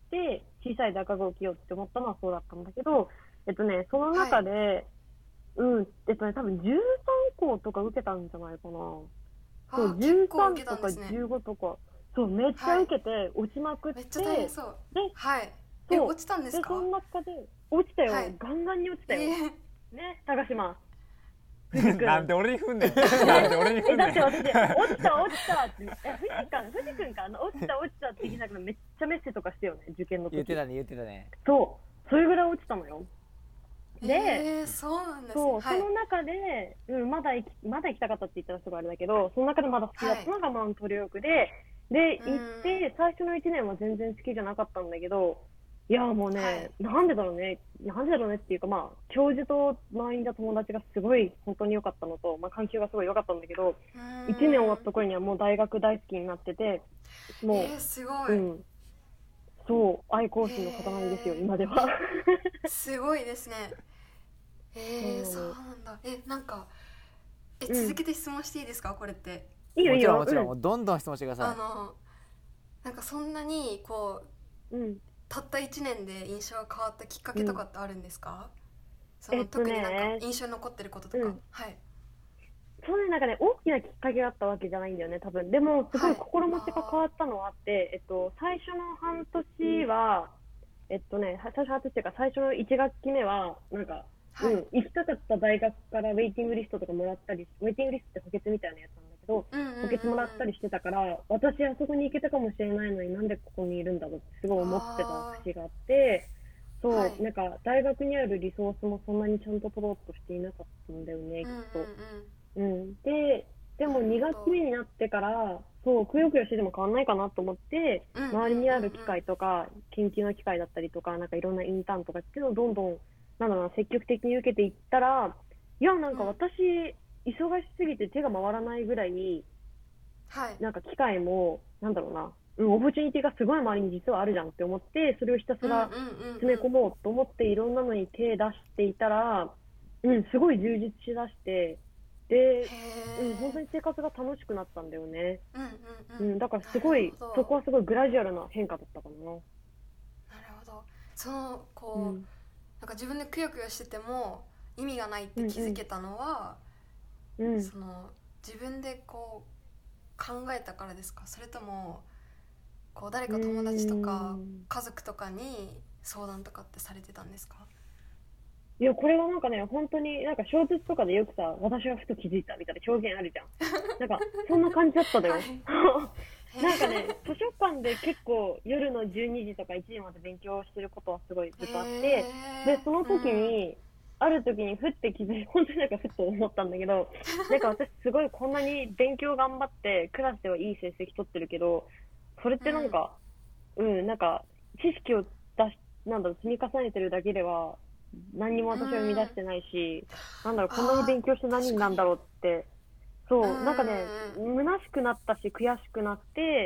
Speaker 3: 小さい大学を受けようって思ったのはそうだったんだけど、えっとね、その中で、うん、えっとね、多分じゅうさん校とか受けたんじゃないかな。そう、
Speaker 4: あ結構
Speaker 3: じゅうさんとか
Speaker 4: 受けたんですね
Speaker 3: じゅうごとか、そう、めっちゃ受けて、落ちまくって、
Speaker 4: めっちゃ大変そう
Speaker 3: で、
Speaker 4: はいえ
Speaker 3: そう
Speaker 4: 落ちたんです
Speaker 3: で、
Speaker 4: か
Speaker 3: その中で、落ちたよ、
Speaker 4: はい
Speaker 3: ガンガンに落ちたよ。
Speaker 4: え
Speaker 3: ね、高島。
Speaker 2: なんで俺に踏んでんなんで俺に踏
Speaker 3: え、
Speaker 2: んでん
Speaker 3: だって私、落ちた、落ちたって、え、藤か、藤君か、あの落ちた、落ちたって言いながらめっちゃメッセとかしてよね、受験の時。
Speaker 1: 言ってたね言ってたね。
Speaker 3: そう、それぐらい落ちたのよ。
Speaker 4: ー、
Speaker 3: で、
Speaker 4: えー、そうなんですね
Speaker 3: そう、
Speaker 4: はい
Speaker 3: その中で、うん、まだ行き、まだ行きたかったって言ったらすごいあれだけど、その中でまだ好きだったのがマウントリオークで、で、
Speaker 4: うん
Speaker 3: 行って、最初のいちねんは全然好きじゃなかったんだけど、いや、もうね、
Speaker 4: はい
Speaker 3: なんでだろうね、なんでだろうねっていうか、まあ、教授と周りにいた友達がすごい本当に良かったのと、まあ、環境がすごい良かったんだけど、いちねん終わった頃にはもう大学大好きになってて、もう、
Speaker 4: えー、すごい、
Speaker 3: うん、そう、愛好心の塊ですよ、
Speaker 4: へー
Speaker 3: 今では。
Speaker 4: すごいですねえー、
Speaker 3: そ
Speaker 4: そううなんだえなんかえ
Speaker 3: うん
Speaker 4: 続けて質問していいですか、これって
Speaker 3: いいよ、いいよ。
Speaker 1: もちろんもちろん、
Speaker 3: う
Speaker 1: もうどんどん質問してくださ
Speaker 4: あのなんかそんなにこう
Speaker 3: うん。
Speaker 4: たったいちねんで印象が変わったきっかけとかってあるんですか、その
Speaker 3: えっとね
Speaker 4: 特になんか印象に残ってることとか、
Speaker 3: うん
Speaker 4: はい
Speaker 3: そうね、なんかね、大きなきっかけがあったわけじゃないんだよね、多分。でも、すご
Speaker 4: はい
Speaker 3: い心持ちが変わったのはあって、えっと、最初の半年は、えっとね、は最初の半年っていうか、最初のいち学期目は、なんか、
Speaker 4: はい
Speaker 3: うん、行きたかった大学からウェイティングリストとかもらったり、ウェイティングリストって補欠みたいなやつなんだけど、
Speaker 4: うんうんうんうん
Speaker 3: 補欠もらったりしてたから、私あそこに行けたかもしれないのになんでここにいるんだろうってすごい思ってた節があって、そう、
Speaker 4: はい
Speaker 3: なんか大学にあるリソースもそんなにちゃんと取ろうとしていなかったんだよね、きっ
Speaker 4: うんうん
Speaker 3: と。
Speaker 4: うん
Speaker 3: うん、で、でもに学期目になってから、そう、くよくよしてても変わんないかなと思って、
Speaker 4: うん
Speaker 3: 周りにある機会とか、研究の機会だったりとか、なんかいろんなインターンとかっていうのをどんどん、なんだろうな、積極的に受けていったら、いや、なんか私、忙しすぎて手が回らないぐらい、
Speaker 4: はい
Speaker 3: なんか機会も、なんだろうな、うん、オポチュニティがすごい周りに実はあるじゃんって思って、それをひたすら詰め込もうと思っていろんなのに手出していたら、うん、すごい充実しだして、で、うん、本当に生活が楽しくなったんだよね。
Speaker 4: うんうんうん
Speaker 3: うん、だからすごい
Speaker 4: なるほど
Speaker 3: そこはすごいグラジュアルな変化だったかな。
Speaker 4: なるほどそのこう、
Speaker 3: うん、
Speaker 4: なんか自分でくよくよしてても意味がないって気づけたのは、
Speaker 3: うん、
Speaker 4: その自分でこう考えたからですか、それともこう誰か友達とか
Speaker 3: うん
Speaker 4: 家族とかに相談とかってされてたんですか？
Speaker 3: いや、これはなんかね、本当になんか小説とかでよくさ、私はふと気づいたみたいな表現あるじゃん。なんか、そんな感じだったのよ。
Speaker 4: はい
Speaker 3: なんかね、図書館で結構夜のじゅうにじとかいちじまで勉強してることはすごいずっとあって、
Speaker 4: へー
Speaker 3: で、その時に、ある時にふって気づいて、本当になんかふっと思ったんだけど、なんか私すごいこんなに勉強頑張ってクラスではいい成績取ってるけど、それってなんか、うん、なんか知識を出し、なんだろう、積み重ねてるだけでは何にも私は生み出してないし、なんだろう、こんなに勉強して何になんだろうって、そう、
Speaker 4: うん
Speaker 3: なんかね、虚しくなったし、悔しくなって、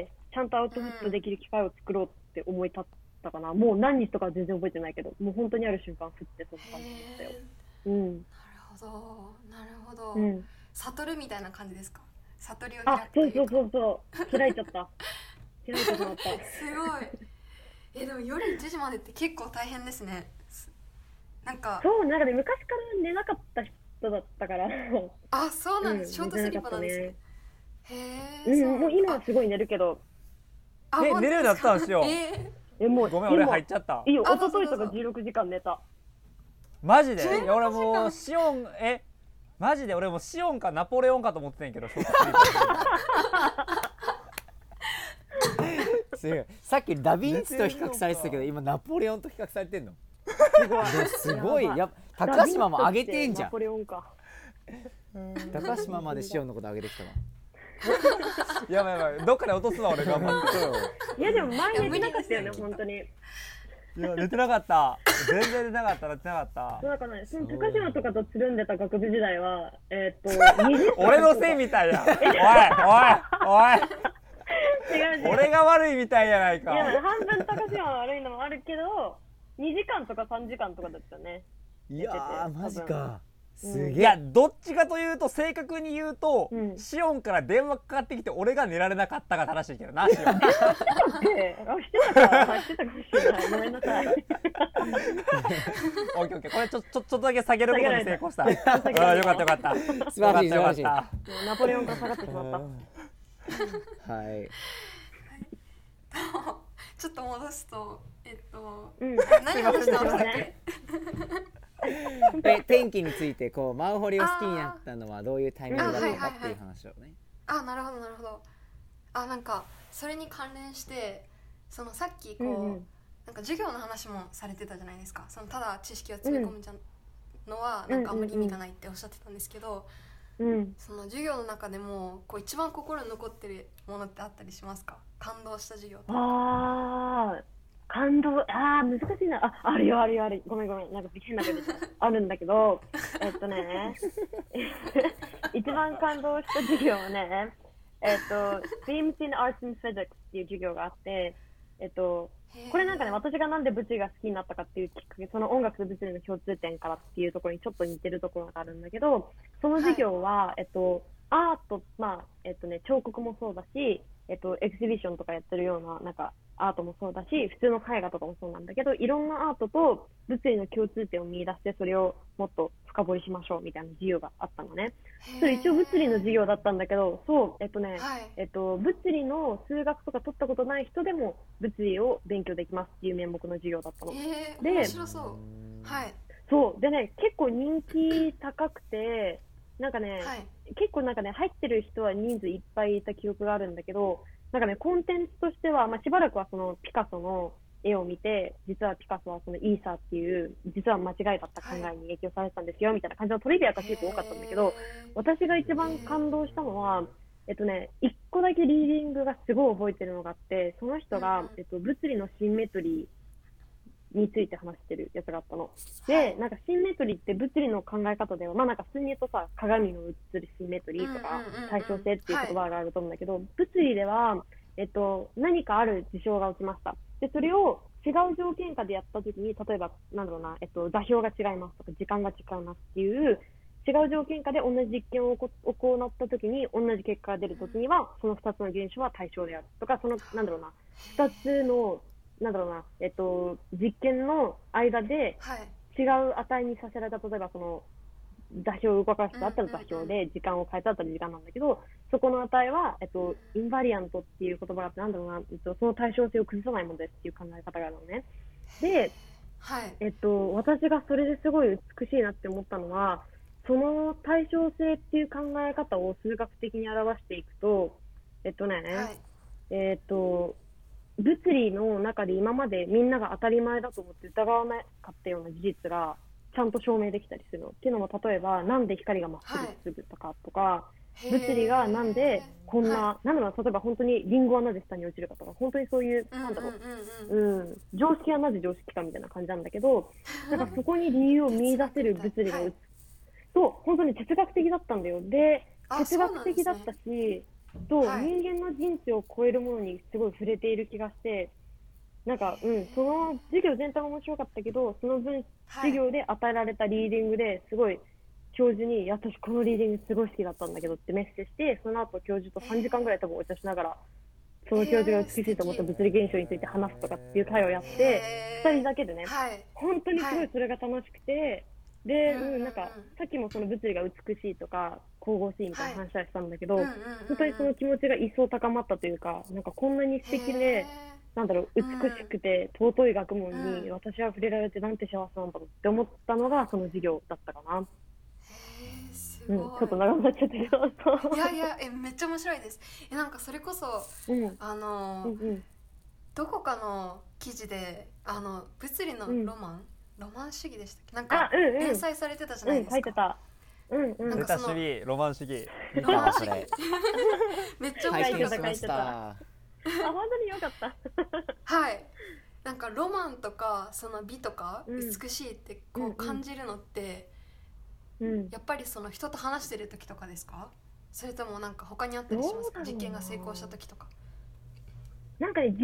Speaker 3: ちゃんとアウトプットできる機会を作ろうって思い立ったかな。もう何日とかは全然覚えてないけど、もう本当にある瞬間、ふってそんな感じだったよ。
Speaker 4: へ
Speaker 3: うん。
Speaker 4: ーなるほどなるほど、
Speaker 3: うん。
Speaker 4: 悟るみたいな感じですか？悟りを
Speaker 3: あ
Speaker 4: 開、くと
Speaker 3: そう
Speaker 4: いうか
Speaker 3: そうそうそう。開いちゃった。開いてしまった。
Speaker 4: すごいえでも夜いちじまでって結構大変ですね。すなんか
Speaker 3: そう、なんかね、昔から寝なかった人だったから。
Speaker 4: あそうなんです、
Speaker 3: うん
Speaker 4: ショートスリッパなんですね。へえ、
Speaker 3: うん、もう今はすごい寝るけど、
Speaker 2: え
Speaker 4: あ本当
Speaker 2: 寝るようになったん
Speaker 4: です
Speaker 2: しよう
Speaker 4: かえ
Speaker 3: え、もう、
Speaker 2: ごめん俺
Speaker 3: 今
Speaker 2: 入っちゃった
Speaker 3: いいよ、
Speaker 4: あ
Speaker 3: 一昨日とか
Speaker 4: どうぞどうぞ
Speaker 3: じゅうろくじかん寝た。
Speaker 2: マジで
Speaker 4: じゅうろく
Speaker 2: いや俺もうシオンえマジで俺もうシオンかナポレオンかと思ってたんやけどショートスリーパー
Speaker 1: すごいさっきダ・ヴィンチと比較されてたけど今ナポレオンと比較されてんの？
Speaker 3: すごい。
Speaker 1: すごい
Speaker 3: やば
Speaker 1: やっぱ高島も上げてんじゃ
Speaker 3: ナポレオンか。
Speaker 1: ん。高島までシオンのこと上げてきたわ。
Speaker 2: やばいやばいどっかで落とすわ俺頑張って
Speaker 3: いや、でも前寝てなかったよね、
Speaker 4: いや無理ですよ
Speaker 3: 本当に。
Speaker 2: いや寝てなかった全然寝てなかった寝てなかった
Speaker 3: そうだからね、その高島とかとつるんでた学部時代は、えーっと、にじゅっ
Speaker 2: 俺のせいみたいやおいおい
Speaker 3: 違う違う。
Speaker 2: おい俺が悪いみたいやないか
Speaker 3: いや、半分高島は悪いのもあるけど、 にじかんとかさんじかんとかだったね。
Speaker 1: いやーマジか、す
Speaker 3: うん
Speaker 1: げえ。
Speaker 2: いやどっちかというと正確に言うと、
Speaker 3: うん、
Speaker 2: シオンから電話かかってきて俺が寝られなかったが正しいけどな。シオン
Speaker 3: で、あ、してたか、あしてたかもしれない。ごめんなさい。
Speaker 2: オッケーオッケー、これちょちょちょっとだけ下げることに成功した。あ
Speaker 3: 下げられた
Speaker 2: ーよかったよかった。
Speaker 1: 素晴らしい
Speaker 2: よかったよかっ
Speaker 1: 素晴
Speaker 2: た。
Speaker 3: ナポレオンから下がってしまった。
Speaker 1: はい
Speaker 4: ちょっと戻すとえっと
Speaker 3: うん、
Speaker 4: 何話してましたっけ？
Speaker 1: え天気についてこうマンホリを好きになったのはどういうタイミングだったのかっていう話をね。
Speaker 4: あ、なるほどなるほど。あ、なんかそれに関連してそのさっきこう、
Speaker 3: うんうん、
Speaker 4: なんか授業の話もされてたじゃないですか。そのただ知識を詰め込むじゃのはなんかあんまり意味がないっておっしゃってたんですけど、
Speaker 3: うん、
Speaker 4: その授業の中でもこう一番心に残ってるものってあったりしますか？感動した授業とか。
Speaker 3: あー、感動、あー、難しいな。あ、あるよ、あるよ、あるよ。ごめんごめん。なんか変なこと言ったあるんだけど、えっとね、一番感動した授業はね、えっと、Themes in Arts and Physics っていう授業があって、えっと、これなんかね、私がなんで物理が好きになったかっていうきっかけ、その音楽と物理の共通点からっていうところにちょっと似てるところがあるんだけど、その授業は、はい、えっと、アート、まあ、えっとね、彫刻もそうだし、えっと、エキシビションとかやってるような、なんか、アートもそうだし、普通の絵画とかもそうなんだけど、いろんなアートと物理の共通点を見出して、それをもっと深掘りしましょうみたいな授業があったのね。それ一応物理の授業だったんだけど、そう、えっとね、はい、えっと、物理の数学とか取ったことない人でも物理を勉強できますっていう名目の授業だったの。
Speaker 4: えー、
Speaker 3: で、
Speaker 4: 面白そう。はい。
Speaker 3: そう、でね、結構人気高くて、なんかね、はい、結構なんかね、入ってる人は人数いっぱいいた記憶があるんだけど、なんかね、コンテンツとしては、まあ、しばらくはそのピカソの絵を見て、実はピカソはそのイーサーっていう、実は間違いだった考えに影響されてたんですよ、みたいな感じのトリビアが結構多かったんだけど、私が一番感動したのは、えっとね、一個だけリーディングがすごい覚えてるのがあって、その人が、えっと、物理のシンメトリー、について話してるやつがあったの。で、なんかシンメトリーって物理の考え方では、まあなんか普通に言うとさ、鏡の映るシンメトリーとか、対称性っていう言葉があると思うんだけど、はい、物理では、えっと、何かある事象が起きました。で、それを違う条件下でやったときに、例えば、なんだろうな、えっと、座標が違いますとか、時間が違いますっていう、違う条件下で同じ実験を行ったときに、同じ結果が出るときには、そのふたつの現象は対称であるとか、その、なんだろうな、ふたつの、なんだろうな、えっと、実験の間で違う値にさせられた、例えばその座標を動かしたあったら座標で、時間を変えたあったら時間なんだけど、そこの値は、えっと、インバリアントっていう言葉があって、なんだろうな、えっと、その対称性を崩さないものですっていう考え方があるのね。で、
Speaker 4: はい、
Speaker 3: えっと、私がそれですごい美しいなって思ったのは、その対称性っていう考え方を数学的に表していくと、えっとね、はい、えっと、物理の中で今までみんなが当たり前だと思って疑わなかったような事実がちゃんと証明できたりするの。っていうのも、例えばなんで光がまっすぐ進むとかとか、はい、物理がなんでこんな、はい、なんだろう、例えば本当にリンゴはなぜ下に落ちるかとか、本当にそういう、なんだろう、うん、常識はなぜ常識かみたいな感じなんだけど、なんかそこに理由を見出せる物理が、はい、そう、本当に哲学的だったんだよ。で、哲学的だったし、と、はい、人間の人生を超えるものにすごい触れている気がして、なんか、うん、その授業全体が面白かったけど、その分、はい、授業で与えられたリーディングですごい教授に、私このリーディングすごい好きだったんだけどってメッセージして、その後教授とさんじかんぐらい多分お茶しながら、その教授が美しいと思った物理現象について話すとかっていう会をやって、ふたりだけでね、はい、本当にすごいそれが楽しくて、で、うん、なんか、さっきもその物理が美しいとか、神々しいみたいな話はしたんだけど、はい、本当にその気持ちが一層高まったというか、なんかこんなに素敵で、なんだろう、美しくて尊い学問に私は触れられてなんて幸せなんだろうって思ったのがその授業だったかな。
Speaker 4: へー、すごい。うん、
Speaker 3: ちょっと長くなっちゃったけど。
Speaker 4: いやいや、え、めっちゃ面白いです。え、なんかそれこそ、うん、あの、うんうん、どこかの記事で、あの、物理のロマン、うんロマン主義でしたっけ？なんか連載されてたじゃないですか。
Speaker 3: うん、書いてた。うんうん。
Speaker 2: 出た主義、ロマン主義。
Speaker 4: ロマン主義。めっちゃ面白かった。
Speaker 3: 書いてた。あ、本当に良かった。
Speaker 4: はい。なんかロマンとかその美とか美しいってこう感じるのって、うんうん、やっぱりその人と話してる時とかですか？それともなんか他にあったりしますか？実験が成功した時とか。
Speaker 3: なんかね、実験が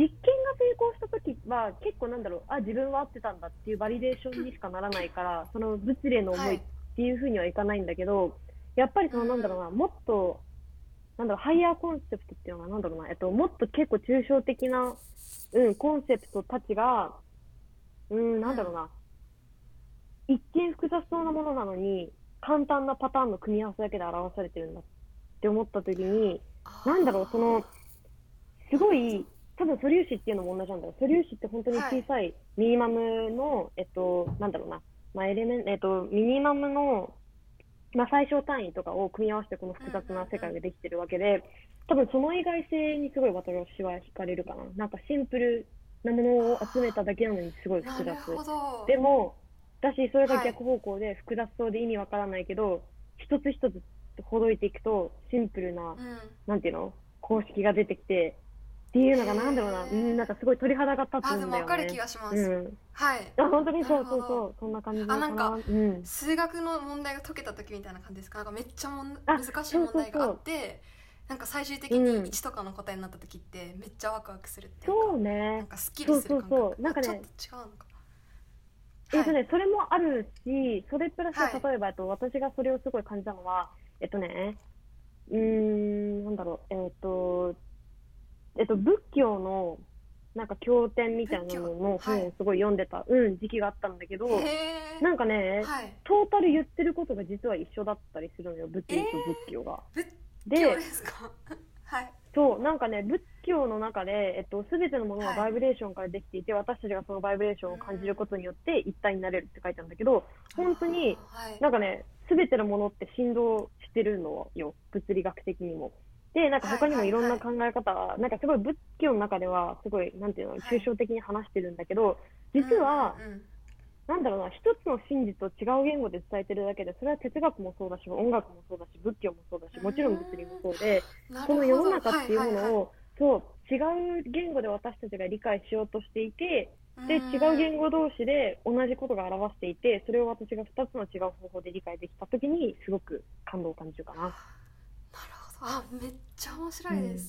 Speaker 3: 成功した時は結構なんだろう、あ、自分は合ってたんだっていうバリデーションにしかならないから、その物理への思いっていうふうにはいかないんだけど、やっぱりそのなんだろうな、もっとなんだろう、ハイヤーコンセプトっていうのはなんだろうな、えっと、もっと結構抽象的な、うん、コンセプトたちが、うん、なんだろうな、一見複雑そうなものなのに、簡単なパターンの組み合わせだけで表されてるんだって思った時に、なんだろう、その、すごい、多分素粒子っていうのも同じなんだよ。素粒子って本当に小さいミニマムの、えっと、なんだろうな、まあ、エレメン、えっと、ミニマムの、まあ、最小単位とかを組み合わせてこの複雑な世界ができてるわけで、多分その意外性にすごい私は惹かれるかな。なんかシンプルなものを集めただけなのにすごい複雑。でも、だし、それが逆方向で複雑そうで意味わからないけど、一つ一つほどいていくとシンプルな、
Speaker 4: うん、
Speaker 3: なんていうの公式が出てきて、っていうのがなんだろうな、うん、なんかすごい鳥肌が立つんだよね。
Speaker 4: あ、でも分かる気がします。
Speaker 3: うん、
Speaker 4: はい。
Speaker 3: あ、本当にそうそうそう、そんな感じかな。
Speaker 4: あ、なんか、
Speaker 3: うん、
Speaker 4: 数学の問題が解けた時みたいな感じですか。なんかめっちゃもん
Speaker 3: あ
Speaker 4: 難しい問題があって、
Speaker 3: そうそうそう
Speaker 4: なんか最終的にいちとかの答えになった時ってめっちゃワクワクするっていうか、
Speaker 3: そう
Speaker 4: な
Speaker 3: ね
Speaker 4: ん。かスッキリする感覚。
Speaker 3: そうそうそうなんかね
Speaker 4: ちょっと違うのか。
Speaker 3: えっとね、それもあるし、それプラス、
Speaker 4: はい
Speaker 3: 例えば、えっと、私がそれをすごい感じたのは、えっとね、うーん、なんだろう、えっと、えっと、仏教の、なんか経典みたいなのの
Speaker 4: 仏教はい
Speaker 3: 本をすごい読んでた、うん、時期があったんだけど、
Speaker 4: へー
Speaker 3: なんかね、
Speaker 4: はい。
Speaker 3: トータル言ってることが実は一緒だったりするのよ、物理と仏教が。
Speaker 4: 仏
Speaker 3: で
Speaker 4: 教ですか。はい。
Speaker 3: そう、なんかね、仏教の中で、えっと、すべてのものは
Speaker 4: はい
Speaker 3: バイブレーションからできていて、私たちがそのバイブレーションを感じることによって一体になれるって書いてあるんだけど、本当に、
Speaker 4: はい。
Speaker 3: なんかね、すべてのものって振動してるのよ、物理学的にも。で、なんか他にもいろんな考え方は、なんかすごい仏教の中では、すごい、なんていうの、
Speaker 4: はい
Speaker 3: 抽象的に話してるんだけど、実は、
Speaker 4: うんうんうん
Speaker 3: なんだろうな、一つの真実を違う言語で伝えてるだけで、それは哲学もそうだし、音楽もそうだし、仏教もそうだし、もちろん物理もそうで、
Speaker 4: なるほど
Speaker 3: この世の中っていうものを、
Speaker 4: はいはいはい
Speaker 3: そう違う言語で私たちが理解しようとしていて、で
Speaker 4: うん
Speaker 3: 違う言語同士で同じことが表していて、それを私がふたつの違う方法で理解できたときにすごく感動を感じるかな。
Speaker 4: なるほど。あ、めっちゃ面白いです。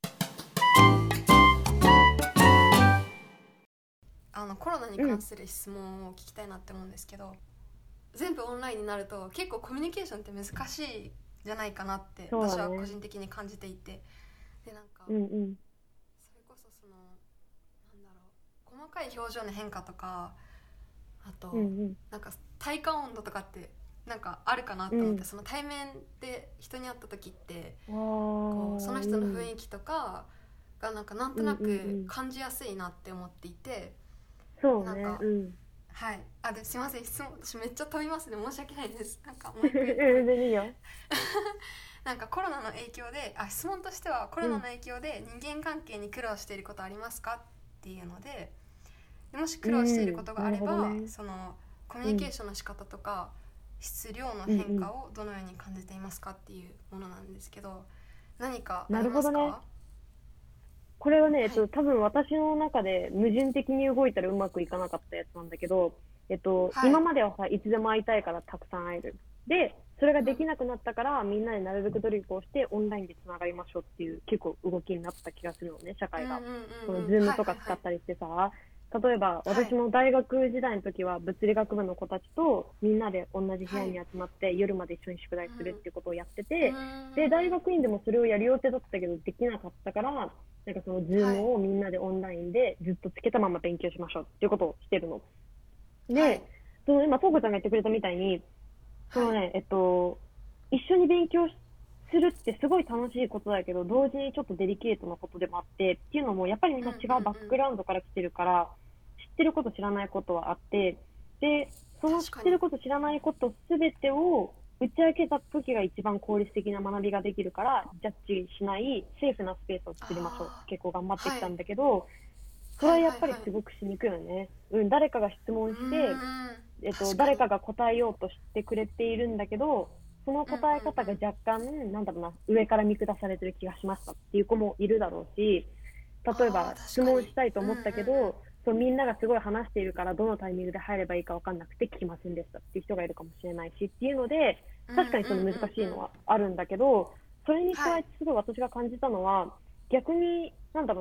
Speaker 4: あのコロナに関する質問を聞きたいなって思うんですけど、全部オンラインになると結構コミュニケーションって難しいじゃないかなって
Speaker 3: そうだね
Speaker 4: 私は個人的に感じていて、でなんか、
Speaker 3: うんうん
Speaker 4: それこそそのなんだろう、細かい表情の変化とか、あと、
Speaker 3: うんうん
Speaker 4: なんか体感温度とかってなんかあるかなと思って、
Speaker 3: うん
Speaker 4: その対面で人に会った時って
Speaker 3: あー
Speaker 4: こうその人の雰囲気とかがなんかなんとな
Speaker 3: うんうんうん
Speaker 4: く感じやすいなって思っていて、
Speaker 3: そうね、
Speaker 4: なんか
Speaker 3: うん
Speaker 4: はい、あ、ですいません、質問私めっちゃ飛びますね、申し訳ないです。なんかもう一回
Speaker 3: 全然いいよ。
Speaker 4: なんかコロナの影響で、あ、質問としてはコロナの影響で人間関係に苦労していることありますかっていうので、でもし苦労していることがあれば、
Speaker 3: うんなるほどね
Speaker 4: そのコミュニケーションの仕方とか、質量の変化をどのように感じていますかっていうものなんですけど、何かありますか？
Speaker 3: なるほどねこれはね、えっと、
Speaker 4: はい
Speaker 3: 多分私の中で矛盾的に動いたらうまくいかなかったやつなんだけど、えっと、
Speaker 4: はい
Speaker 3: 今まではさ、いつでも会いたいからたくさん会える。で、それができなくなったから、みんなでなるべく努力をしてオンラインでつながりましょうっていう結構動きになった気がするのね、社会が。
Speaker 4: うんうんうん
Speaker 3: その
Speaker 4: うん
Speaker 3: ズームとか使ったりしてさ、例えば私も大学時代の時は物理学部の子たちとみんなで同じ部屋に集まって夜まで一緒に宿題するっていうことをやってて、で大学院でもそれをやる予定だったけどできなかったから、なんかそのズームをみんなでオンラインでずっとつけたまま勉強しましょうっていうことをしてるので、
Speaker 4: はい
Speaker 3: その今トーコちゃんが言ってくれたみたいに、そのね、えっと一緒に勉強するってすごい楽しいことだけど、同時にちょっとデリケートなことでもあって、っていうのもやっぱりみんな違うバックグラウンドから来てるから、知ってること知らないことはあって、でその知ってること知らないことすべてを打ち明けた時が一番効率的な学びができるから、ジャッジしないセーフなスペースを作りましょうって結構頑張ってきたんだけど、それはやっぱりすごくしにくいよね。うん、誰かが質問して、えっと、誰かが答えようとしてくれているんだけど、その答え方が若干、なんだろうな、上から見下されてる気がしましたっていう子もいるだろうし、例えば質問したいと思ったけど、そうみんながすごい話しているからどのタイミングで入ればいいか分かんなくて聞きませんでしたっていう人がいるかもしれないしっていうので、確かにその難しいのはあるんだけど、それに加えてすごい私が感じたのは、逆になんだろうな、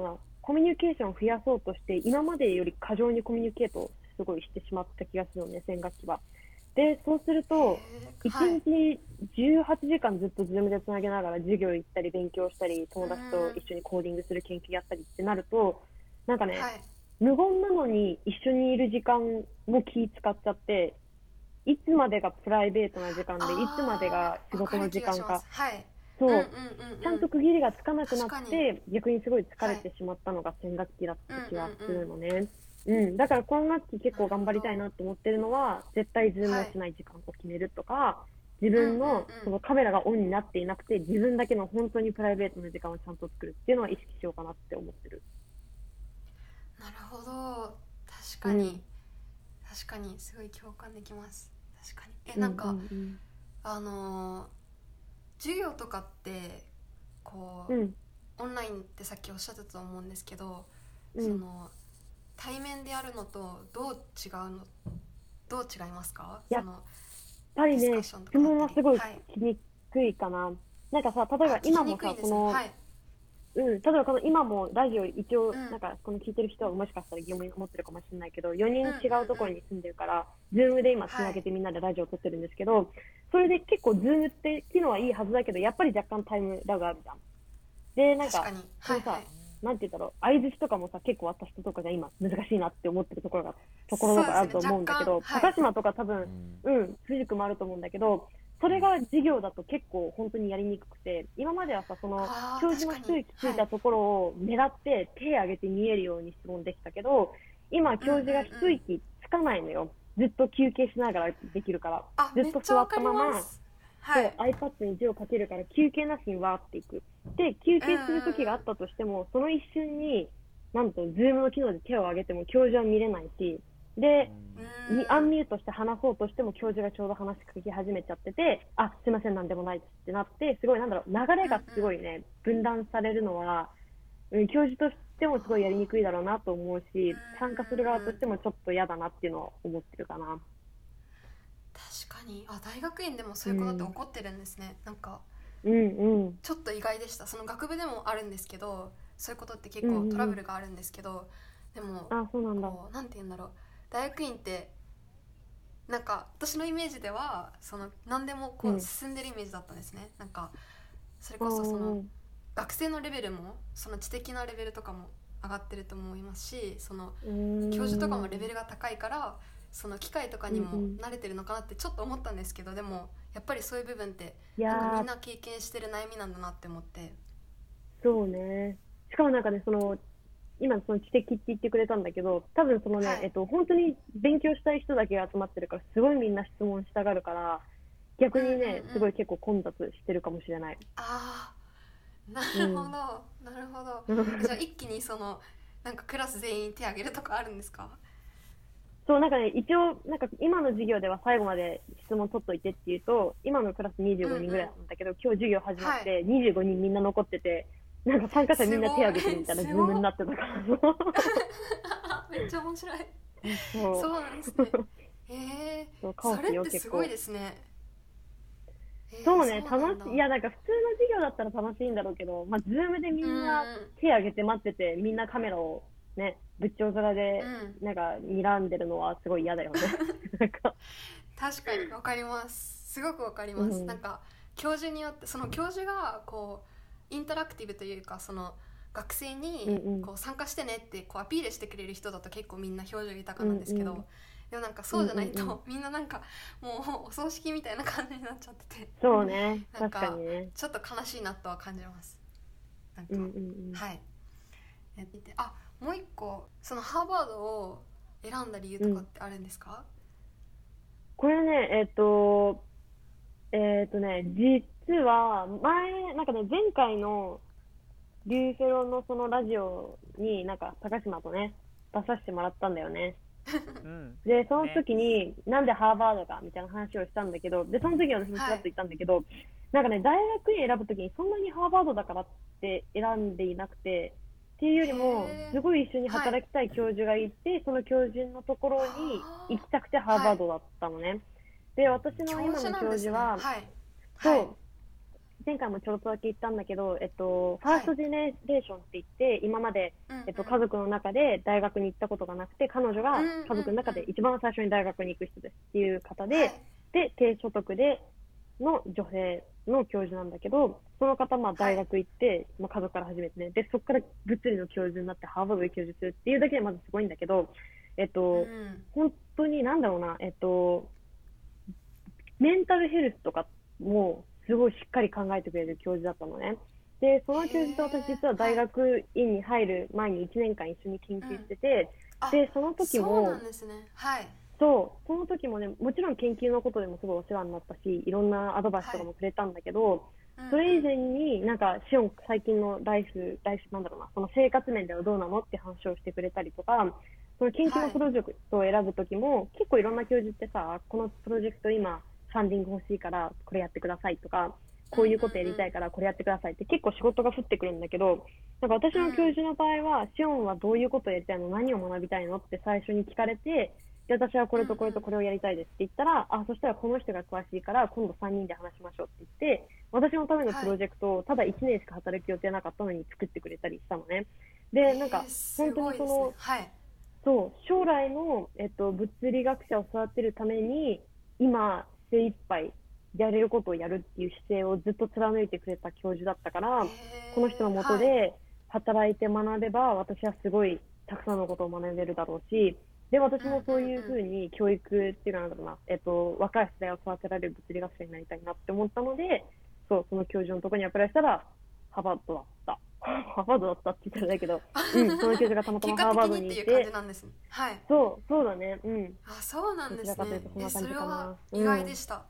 Speaker 3: コミュニケーションを増やそうとして今までより過剰にコミュニケートすごいしてしまった気がするのね、先学期は。でそうすると
Speaker 4: へー
Speaker 3: いちにちじゅうはちじかんずっとズームでつなげながら授業行ったり勉強したり友達と一緒にコーディングする研究やったりってなるとなんかね、
Speaker 4: はい
Speaker 3: 無言なのに一緒にいる時間も気使っちゃっていつまでがプライベートな時間でいつまでが仕事の時間
Speaker 4: あーわかる気がしま
Speaker 3: か
Speaker 4: すはい
Speaker 3: そう、
Speaker 4: うんうんうんうん
Speaker 3: ちゃんと区切りがつかなくなっ
Speaker 4: 確か
Speaker 3: て逆にすごい疲れてしまったのが先学期だった気がするのね。うん、だから今学期結構頑張りたいなと思ってるのは絶対ズームをしない時間を決めるとか、自分
Speaker 4: うんうん
Speaker 3: の
Speaker 4: うん
Speaker 3: そのカメラがオンになっていなくて自分だけの本当にプライベートな時間をちゃんと作るっていうのは意識しようかなって思ってる。
Speaker 4: なるほど確かに、確かにすごい共感できます。確かにえなんか、
Speaker 3: うんうん
Speaker 4: あのー授業とかってこう、
Speaker 3: うんうん
Speaker 4: オンラインってさっきおっしゃってたと思うんですけど、
Speaker 3: うん
Speaker 4: その対面でやるのとどう違うのどう違いますか？
Speaker 3: いや
Speaker 4: その
Speaker 3: やっぱりね
Speaker 4: ディスカッションと
Speaker 3: 質
Speaker 4: かだったり
Speaker 3: 問はすごい
Speaker 4: はい
Speaker 3: 聞きにくいかな。なんかさ例えば
Speaker 4: あ聞きに
Speaker 3: 今も
Speaker 4: くいんですね
Speaker 3: さこの、
Speaker 4: はい
Speaker 3: うん、例えばこの今もラジオ一応、
Speaker 4: うん
Speaker 3: なんかこの聞いてる人はもしかしたら疑問に思ってるかもしれないけどよにん違
Speaker 4: うんうんうん
Speaker 3: うところに住んでるから、ズームで今つなげてみんなでラジオを撮ってるんですけど、それで結構ズームって機能はいいはずだけどやっぱり若干タイムラグあるじゃん。でなんか
Speaker 4: 確かに
Speaker 3: そのさ、
Speaker 4: はいはい
Speaker 3: なんて言うんだろう相槌とかもさ結構私とかが今難しいなって思ってるところがところがあると思うんだけど、
Speaker 4: そうですね若干はい
Speaker 3: 高島とか多分
Speaker 1: うん
Speaker 3: うん、藤君もあると思うんだけど、それが授業だと結構本当にやりにくくて、今まではさ、その
Speaker 4: あー
Speaker 3: 教授の一息ついたところを狙って手を挙げて見えるように質問できたけど、今教授が一息つかないのよ。ずっと休憩しながらできるから。
Speaker 4: あ
Speaker 3: ずっと座ったまま、
Speaker 4: めっちゃわかりますはい
Speaker 3: iPad に字を書けるから休憩なしにわーっていく。で、休憩する時があったとしても、その一瞬に、なんと、ズームの機能で手を挙げても教授は見れないし、で、
Speaker 4: うん
Speaker 3: にアンミュートして話そうとしても教授がちょうど話しかけ始めちゃってて、あ、すいません、なんでもないですってなって、すごい、なんだろう、流れがすごいね、分断されるのは、うん教授としてもすごいやりにくいだろうなと思うし、参加する側としてもちょっと嫌だなっていうのは思ってるかな。
Speaker 4: 確かにあ大学院でもそういうことって起こってるんですね、なんか
Speaker 3: うんうん。
Speaker 4: ちょっと意外でした。その学部でもあるんですけどそういうことって結
Speaker 3: うんうんうん
Speaker 4: 構トラブルがあるんですけど、でも
Speaker 3: あ、そうなんだ。
Speaker 4: こうなんて言うんだろう大学院ってなんか私のイメージではその何でもこ
Speaker 3: う
Speaker 4: うん進んでるイメージだったんですね、なんかそれこそその学生のレベルもその知的なレベルとかも上がってると思いますし、その教授とかもレベルが高いからその機械とかにも慣れてるのかなってちょっと思ったんですけど、でもやっぱりそういう部分って
Speaker 3: いやー
Speaker 4: なんかみんな経験してる悩みなんだなって思って。
Speaker 3: そうね。しかもなんかね、その、今その知的って言ってくれたんだけど、多分そのね、
Speaker 4: はい
Speaker 3: えっと、本当に勉強したい人だけが集まってるから、すごいみんな質問したがるから、逆にね、
Speaker 4: うんうんうん
Speaker 3: すごい結構混雑してるかもしれない。
Speaker 4: ああなるほど、なるほどじゃあ一気にそのなんかクラス全員手挙げるとかあるんですか？
Speaker 3: そう、なんかね、一応、なんか今の授業では最後まで質問取っといてっていうと、今のクラスにじゅうごにんぐらいなんだけど、今日授業始まって、にじゅうごにんみんな残ってて、なんか参加者みんな手挙げてるみたいなズ
Speaker 4: すごい
Speaker 3: ームになってたから。
Speaker 4: めっちゃ面白い
Speaker 3: そう
Speaker 4: そうなんですねへえ
Speaker 3: そうカオ
Speaker 4: そ
Speaker 3: スよ結構
Speaker 4: れってすごいですね。へー
Speaker 3: そうね、
Speaker 4: なんだ
Speaker 3: 楽しい。いや、なんか普通の授業だったら楽しいんだろうけど、まあ、ズームでみんな
Speaker 4: うん
Speaker 3: 手挙げて待ってて、みんなカメラをね、仏頂面で、
Speaker 4: うん
Speaker 3: なんか、睨んでるのはすごい嫌だよね。なんか、
Speaker 4: 確かにわかりますすごくわかります、
Speaker 3: うん
Speaker 4: なんか教授によってその教授がこうインタラクティブというかその学生に
Speaker 3: うんうん
Speaker 4: こう参加してねってこうアピールしてくれる人だと結構みんな表情豊かなんですけど、
Speaker 3: うんうん
Speaker 4: でもなんかそうじゃないと、
Speaker 3: うんうん
Speaker 4: みんななんかもうお葬式みたいな感じになっちゃってて
Speaker 3: そうね、
Speaker 4: なんか
Speaker 3: 確かにね。
Speaker 4: ちょっと悲しいなとは感じますなんか、
Speaker 3: うんうんうん。
Speaker 4: はいやっててあもう一個そのハーバードを選んだ理由とかってあるんですか？
Speaker 3: これね、えっ、と、えっ、とね、実は、前、なんかね、前回のリューフェロのそのラジオになんか高島とね、出させてもらったんだよね。
Speaker 2: うん
Speaker 3: で、その時に、なんでハーバードかみたいな話をしたんだけど、で、その時私もちらっと言ったんだけど、なんかね、大学院選ぶ時にそんなにハーバードだからって選んでいなくて、っていうよりも
Speaker 4: へー、
Speaker 3: すごい一緒に働きたい教授がいて、その教授のところに行きたくてハーバードだったのね。で、私の今の教授は、
Speaker 4: はい
Speaker 3: そう、
Speaker 4: はい
Speaker 3: 前回もちょっとだけ言ったんだけど、えっと、ファーストジェネレーションって言って、今まで、えっと、家族の中で大学に行ったことがなくて、彼女が家族の中で一番最初に大学に行く人ですっていう方で、
Speaker 4: はい
Speaker 3: で、低所得での女性の教授なんだけど、その方、まあ、大学行って、まあ、家族から始めてね、で、そこから物理の教授になってハーバードで教授するっていうだけでまずすごいんだけど、えっと、
Speaker 4: うん
Speaker 3: 本当になんだろうな、えっと、メンタルヘルスとかもすごいしっかり考えてくれる教授だったのね。で、その教授と私実は大学院に入る前にいちねんかん一緒に研究してて、
Speaker 4: あ
Speaker 3: で、その時
Speaker 4: そう
Speaker 3: も
Speaker 4: なん、ですね。はい
Speaker 3: そう、その時もね、もちろん研究のことでもすごいお世話になったし、いろんなアドバイスとかもくれたんだけど、それ以前になんか、シオン最近のライフ、ライフなんだろうな、その生活面ではどうなのって話をしてくれたりとか、その研究のプロジェクトを選ぶ時も、結構いろんな教授ってさ、このプロジェクト今、ファンディング欲しいからこれやってくださいとか、こういうことやりたいからこれやってくださいって結構仕事が降ってくるんだけど、なんか私の教授の場合は、シオンはどういうことをやりたいの、何を学びたいのって最初に聞かれて、で、私はこれとこれとこれをやりたいですって言ったら、あ、そしたらこの人が詳しいから今度さんにんで話しましょうって言って、私のためのプロジェクトをただいちねんしか働く予定なかったのに作ってくれたりしたのね。で、なんか
Speaker 4: えーす
Speaker 3: 本当
Speaker 4: ごいですね
Speaker 3: にその、
Speaker 4: はい
Speaker 3: そう将来の、えっと、物理学者を育てるために今精一杯やれることをやるっていう姿勢をずっと貫いてくれた教授だったから、
Speaker 4: へー
Speaker 3: この人のもと
Speaker 4: はい
Speaker 3: で働いて学べば私はすごいたくさんのことを学べるだろうし、で私もそういうふうに教育っていうかなんだろうな、えっと、若い世代を育てられる物理学者になりたいなって思ったので、そうその教授のところにアプライしたらハーバードだった。ハーバードだったって言ったらだけど、うん、その教授がたまたま
Speaker 4: 結果
Speaker 3: ハーバードにい
Speaker 4: 的にっていう感じ
Speaker 3: て、
Speaker 4: なんですね。はい
Speaker 3: そうそうだね、うん。
Speaker 4: あそうなんです
Speaker 3: どちらかとい
Speaker 4: ね
Speaker 3: うとそんな
Speaker 4: えそれ
Speaker 3: 感じかな
Speaker 4: は意外でした、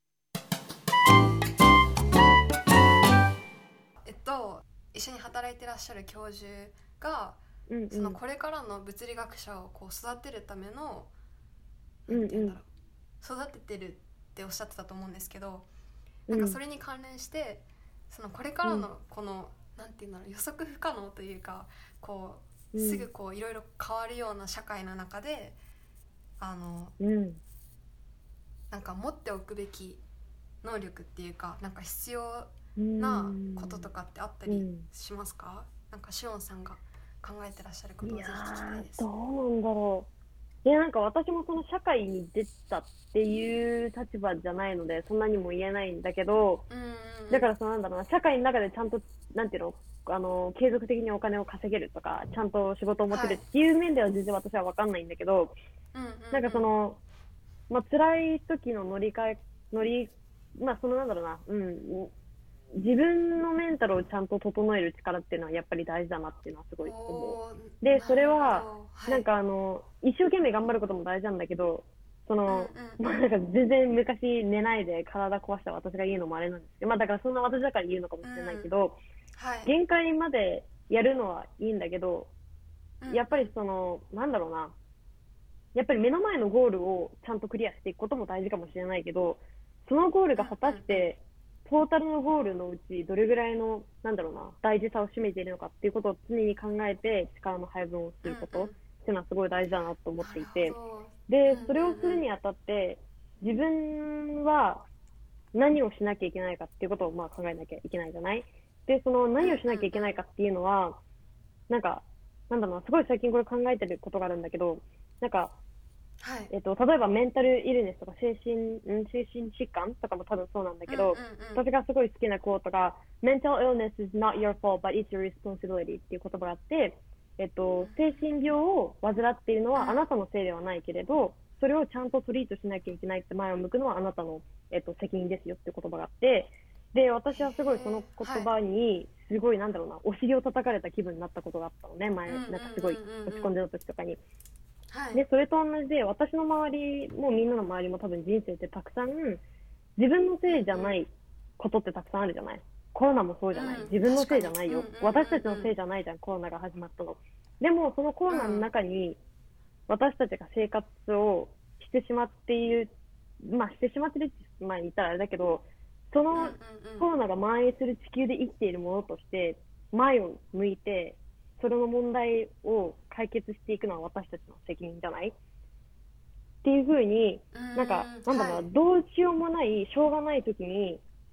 Speaker 4: えっと一緒に働いてらっしゃる教授が
Speaker 3: うんうん
Speaker 4: そのこれからの物理学者をこう育てるための
Speaker 3: うん
Speaker 4: なんて言うんだろう、育ててるっておっしゃってたと思うんですけど、なんかそれに関連してそのこれからのこの、なんて言うんだろう、予測不可能というかこう
Speaker 3: うん
Speaker 4: すぐこういろいろ変わるような社会の中であの
Speaker 3: うん
Speaker 4: なんか持っておくべき能力っていうかなんか必要
Speaker 3: うん
Speaker 4: なこととかってあったり
Speaker 3: うん
Speaker 4: しますか？なんかシオンさんが考えてらっしゃることをぜ
Speaker 3: いや
Speaker 4: ひ聞きたいです。
Speaker 3: ーどうなんだろう。いやなんか私もその社会に出たっていう立場じゃないのでそんなにも言えないんだけど、
Speaker 4: うんうんうん、
Speaker 3: だからそのなんだろうな、社会の中でちゃんとなんていうの、あの継続的にお金を稼げるとかちゃんと仕事を持てるっていう面では全然私は分かんないんだけど、
Speaker 4: うんうんうん、
Speaker 3: なんかそのまあ辛い時の乗り換え乗りまあそのなんだろうな、うん自分のメンタルをちゃんと整える力っていうのはやっぱり大事だなっていうのはすごい思う。
Speaker 4: おー
Speaker 3: でそれは
Speaker 4: なるほどはい、
Speaker 3: なんかあの一生懸命頑張ることも大事なんだけど、その、
Speaker 4: うん
Speaker 3: まあなんか全然昔寝ないで体壊した私が言うのもあれなんですけど、まあだからそんな私だから言うのかもしれないけど、
Speaker 4: はい、
Speaker 3: 限界までやるのはいいんだけど、
Speaker 4: うん
Speaker 3: やっぱりそのなんだろうな、やっぱり目の前のゴールをちゃんとクリアしていくことも大事かもしれないけど、そのゴールが果たしてトータルのゴールのうちどれぐらいのなんだろうな大事さを占めているのかっていうことを常に考えて力の配分をすることっていうのはすごい大事だなと思っていて、でそれをするにあたって自分は何をしなきゃいけないかっていうことをまあ考えなきゃいけないじゃない。でその何をしなきゃいけないかっていうのはなんかなんだろうな、すごい最近これ考えてることがあるんだけど、なんか
Speaker 4: はい
Speaker 3: えっと、例えばメンタルイルネスとか精神、ん精神疾患とかも多分そうなんだけど、
Speaker 4: うんうんうん
Speaker 3: 私がすごい好きなコートが Mental illness is not your fault but it's your responsibility っていう言葉があって、えっと、精神病を患っているのはあなたのせいではないけれど、それをちゃんとトリートしなきゃいけないって前を向くのはあなたの、えっと、責任ですよって言葉があって、で私はすごいその言葉にすごいなんだろうな、お尻を叩かれた気分になったことがあったのね、前なんかすごい落ち込んでた時とかに。
Speaker 4: はい、
Speaker 3: でそれと同じで私の周りもみんなの周りも多分人生ってたくさん自分のせいじゃないことってたくさんあるじゃない。コロナもそうじゃない、
Speaker 4: うん
Speaker 3: 自分のせいじゃないよ、
Speaker 4: 確かに
Speaker 3: 私たちのせいじゃないじゃん、コロナが始まったの。でもそのコロナの中に私たちが生活をしてしまっている、まあしてしまってるって前に言ったらあれだけど、その
Speaker 4: うんうんうん
Speaker 3: コロナが蔓延する地球で生きているものとして前を向いてそれの問題を解決していくのは私たちの責任じゃないっていう風に、なんかなんだろうな、
Speaker 4: はい
Speaker 3: どうしようもないしょうがない時に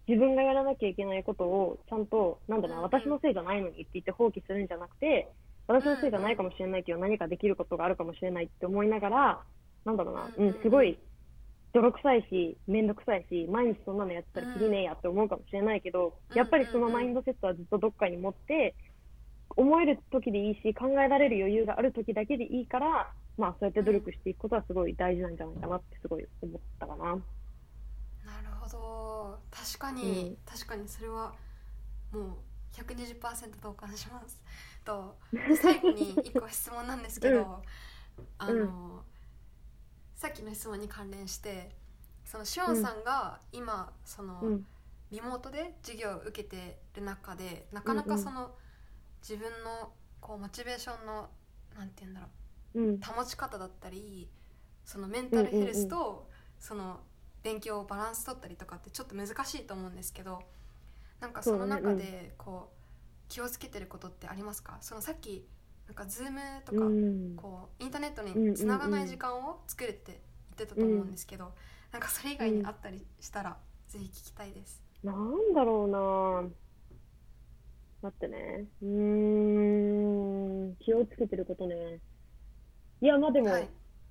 Speaker 3: 自分がやらなきゃいけないことをちゃんと、なんだろうな、
Speaker 4: うんうん
Speaker 3: 私のせいじゃないのにって言って放棄するんじゃなくて、私のせいじゃないかもしれないけど、何かできることがあるかもしれないって思いながら、なんだろうな、うん、すごい泥臭いし、めんどくさいし、毎日そんなのやってたらきりねえやって思うかもしれないけど、やっぱりそのマインドセットはずっとどっかに持って、思える時でいいし、考えられる余裕がある時だけでいいから、まあそうやって努力していくことはすごい大事なんじゃないかなってすごい思ったかな。
Speaker 4: なるほど、確かに、
Speaker 3: うん、
Speaker 4: 確かにそれはもう ひゃくにじゅっパーセント 同感しますと。最後にいっこ質問なんですけど、うん、あの、うん、さっきの質問に関連して、そのしおんさんが今その、うん、リモートで授業を受けてる中で、なかなかその、うんうん、自分のこうモチベーションのなんて言うんだろう、うん、保ち方だったり、そのメンタルヘルスとその勉強をバランス取ったりとかってちょっと難しいと思うんですけど、なんかその中でこう気をつけてることってありますか？そのさっきなんかズームとかこうインターネットにつながない時間を作るって言ってたと思うんですけど、なんかそれ以外にあったりしたらぜひ聞きたいです。
Speaker 3: なんだろうな、待ってね、うーん、気をつけてることね。いや、まあでも、はい、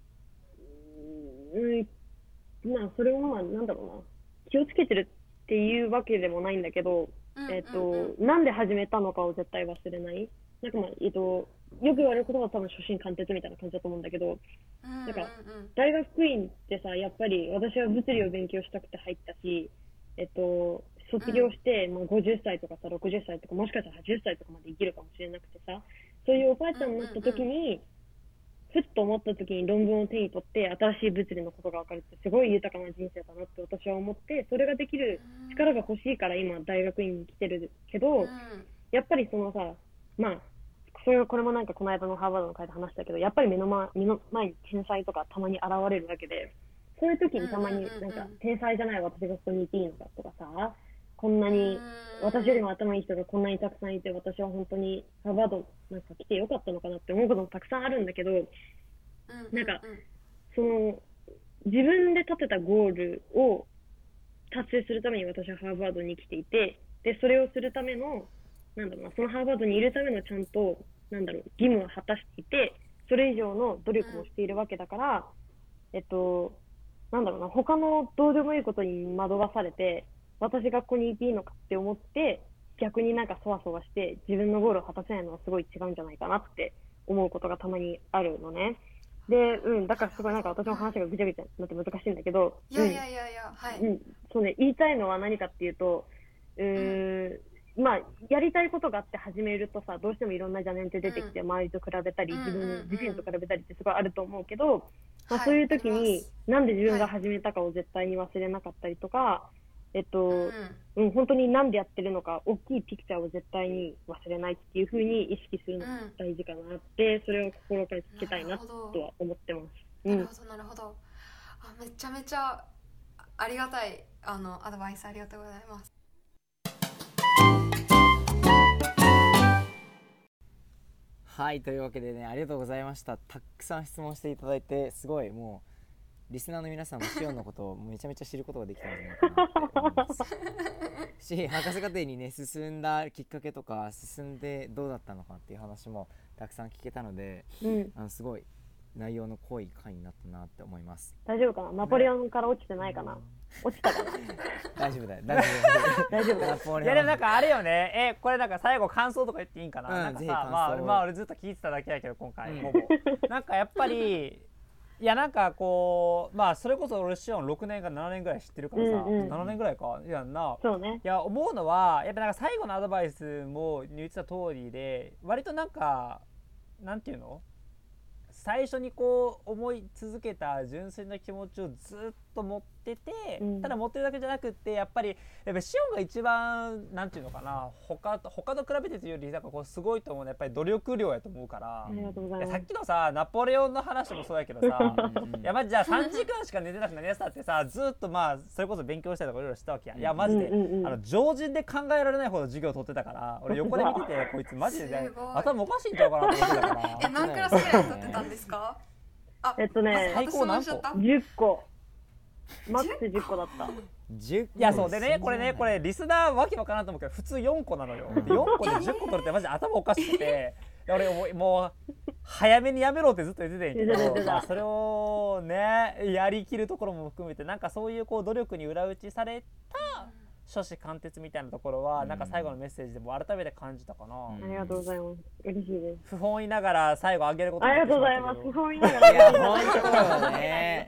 Speaker 3: うん、まあそれはまあなんだろうな、気をつけてるっていうわけでもないんだけど、うんうんうん、えっとなんで始めたのかを絶対忘れない。なんかまあえっとよく言われることは多分初心貫徹みたいな感じだと思うんだけど、うんうんうん、なんか大学院ってさ、やっぱり私は物理を勉強したくて入ったし、えっと卒業して、うん、まあ、ごじゅっさいとかさろくじゅっさいとかもしかしたらはちじゅっさいとかまで生きるかもしれなくてさ、そういうおばあちゃんになった時に、うんうんうん、ふっと思った時に論文を手に取って新しい物理のことが分かるってすごい豊かな人生だなって私は思って、それができる力が欲しいから今大学院に来てるけど、やっぱりそのさ、まあそれはこれもなんかこの間のハーバードの会で話したけど、やっぱり目の前、目の前に天才とかたまに現れるわけで、そういう時にたまになんか天才じゃない私がここにいていいのかとかさ、こんなに私よりも頭いい人がこんなにたくさんいて、私は本当にハーバードなんか来てよかったのかなって思うこともたくさんあるんだけど、なんかその自分で立てたゴールを達成するために私はハーバードに来ていて、でそれをするためのなんだろうな、そのハーバードにいるためのちゃんとなんだろう義務を果たしていて、それ以上の努力もしているわけだから、えっとなんだろうな、他のどうでもいいことに惑わされて私がここにいていいのかって思って逆になんかそわそわして自分のゴールを果たせないのはすごい違うんじゃないかなって思うことがたまにあるのね。で、うん、だからすごいなんか私の話がぐちゃぐちゃになって難しいんだけど、
Speaker 4: いやいやいやいや、はい、
Speaker 3: うん、そうね、言いたいのは何かっていうと、うーん、まあやりたいことがあって始めるとさ、どうしてもいろんな邪念って出てきて、周りと比べたり自分自身と比べたりってすごいあると思うけど、まあ、そういう時になんで自分が始めたかを絶対に忘れなかったりとか、えっと、うん、本当になんでやってるのか、大きいピクチャーを絶対に忘れないっていう風に意識するのが大事かなって、うん、それを心からつけたいなとは思ってます。
Speaker 4: なるほど、なるほど。あ、めちゃめちゃありがたいあのアドバイスありがとうございます。
Speaker 1: はい、というわけでね、ありがとうございました。たくさん質問していただいて、すごいもうリスナーの皆さんもシオンのことをめちゃめちゃ知ることができたんじゃないかなって思いますし、博士課程にね進んだきっかけとか進んでどうだったのかっていう話もたくさん聞けたので、うん、あのすごい内容の濃い回になったなって思います。
Speaker 3: 大丈夫かな、ナポレオンから落ちてないかな、うん、落ちたかな
Speaker 1: 大丈夫だよ大丈夫
Speaker 3: 大丈夫だよ。
Speaker 2: いやでもなんかあれよね、えこれなんか最後感想とか言っていいんかな、うん、なんかさ、まあ、まあ俺ずっと聞いてただけやけど今回、うん、ほぼなんかやっぱりいやなんかこうまあそれこそ俺シオンろくねんかななねんぐらい知ってるからさ、うんうん、ななねんぐらいかいやな、
Speaker 3: そうね、
Speaker 2: いや思うのはやっぱなんか最後のアドバイスも言ってた通りで、割となんかなんていうの、最初にこう思い続けた純粋な気持ちをずっと持ってて、うん、ただ持ってるだけじゃなくってやっぱりやっぱシオンが一番なんていうのかな、他と他と比べてというよりなんかこうすごいと思うのはやっぱり努力量やと思うから、
Speaker 3: ありがとうございます。
Speaker 2: さっきのさナポレオンの話もそうやけどさいやまじじゃあさんじかんしか寝てなくなりやすかってさずっとまあそれこそ勉強したりとかいろいろしたわけや。いやマジで、うんうんうん、あの常人で考えられないほど授業を取ってたから俺横で見ててこいつマジで、ね、頭おかしいんちゃうかなと思ってたから
Speaker 4: え何クラスぐらい取ってたんですか？あ
Speaker 3: えっとね
Speaker 2: 最高何個？
Speaker 3: じゅっこマックスじゅっこだった。
Speaker 1: じゅっこ。
Speaker 2: いやそうでねこれねこれリスナーわけわからんと思うけど普通よんこなのよ。でよんこでじゅっこ取るってマジで頭おかしくて俺もうもう早めにやめろってずっと言ってたんやけど、まあ、それをねやりきるところも含めてなんかそういうこう努力に裏打ちされた初志貫徹みたいなところは、うん、なんか最後のメッセージでも改めて感じたかな、
Speaker 3: うん、ありがとうございます。嬉しいです。
Speaker 2: 不本意ながら最後あげること
Speaker 3: ありがとうございます。不本意ながら
Speaker 1: いや本当だね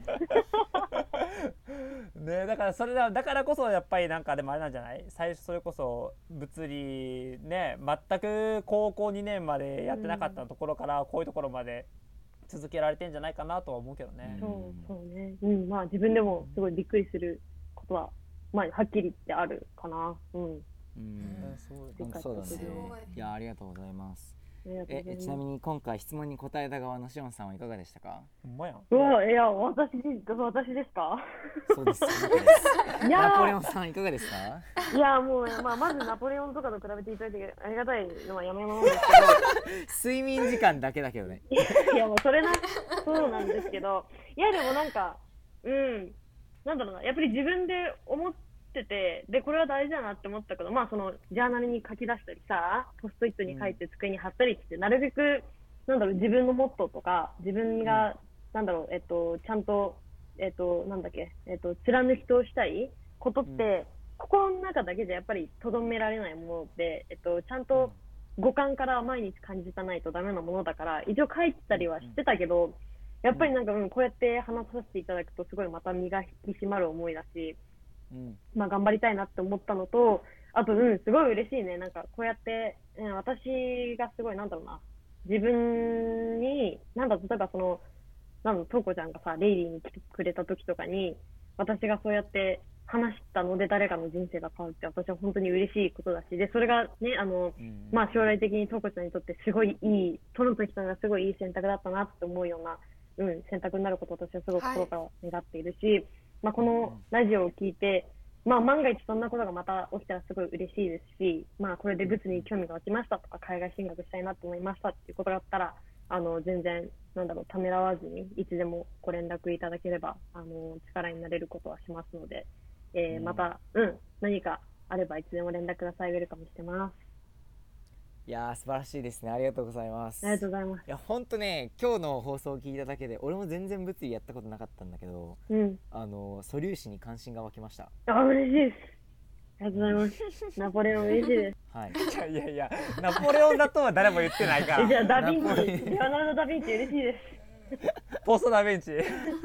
Speaker 2: ね、だからそれだだからこそやっぱりなんかでもあれなんじゃない最初それこそ物理ね全く高校にねんまでやってなかったところからこういうところまで続けられてんじゃないかなとは思うけどね。
Speaker 3: そうそうね、うん、まあ自分でもすごいびっくりすることは、まあ、はっきり言ってあるかな。うん、うん、
Speaker 1: そうそうだね。いやありがとうございます。えちなみに今回質問に答えた側のしおんさんはいかがでしたか？
Speaker 2: ほんまやん。
Speaker 3: うわいや私私ですか？
Speaker 1: そうです。いやナポレオンさんいかがですか？
Speaker 3: いやもう、まあ、まずナポレオンとかと比べていただいてありがたいのはやめものです
Speaker 1: けど睡眠時間だけだけどね。
Speaker 3: いやもうそれなそうなんですけど、いやでもなんかうんなんだろうなやっぱり自分で思っててでこれは大事だなって思ったけど、まあそのジャーナルに書き出したりさポストイットに書いて机に貼ったりして、うん、なるべくなんだろう自分のモットーとか自分が、うん、なんだろうえっとちゃんとえっとなんだっけえっと貫き通したいことって、うん、心の中だけじゃやっぱりとどめられないもので、えっとちゃんと五感から毎日感じたないとダメなものだから一応書いてたりはしてたけど、うん、やっぱりなんか、うん、こうやって話させていただくとすごいまた身が引き締まる思いだし。うんまあ、頑張りたいなって思ったのとあと、うん、すごい嬉しいねなんかこうやって、うん、私がすごいなんだろうな自分になんだ例えばそのなんだトウコちゃんがさレイリーに来てくれた時とかに私がそうやって話したので誰かの人生が変わるって私は本当に嬉しいことだしでそれがねあの、うんまあ、将来的にトウコちゃんにとってすごいいいトロントに来たのがすごいいい選択だったなって思うような、うん、選択になることを私はすごく心から願っているし、はいまあ、このラジオを聞いて、まあ、万が一そんなことがまた起きたらすごい嬉しいですし、まあ、これで物理に興味が湧きましたとか海外進学したいなと思いましたっていうことだったらあの全然なんだろうためらわずにいつでもご連絡いただければあの力になれることはしますので、えー、また、うん、何かあればいつでも連絡ください。ウェルカムしてます。
Speaker 1: いやー素晴らしいですね。ありがとうございます。
Speaker 3: ありがとうございます。
Speaker 1: いや本当ね今日の放送を聞いただけで俺も全然物理やったことなかったんだけど、うん、あの素粒子に関心が湧きました。
Speaker 3: あ嬉しいです。ありがとうございます。ナポレオン嬉しいです。
Speaker 2: はい。いやいやいやナポレオンだとは誰も言ってないから。
Speaker 3: じゃあダヴィンチレオナルド・ダ・ヴィンチ嬉しいです。
Speaker 2: ポストダヴィンチ。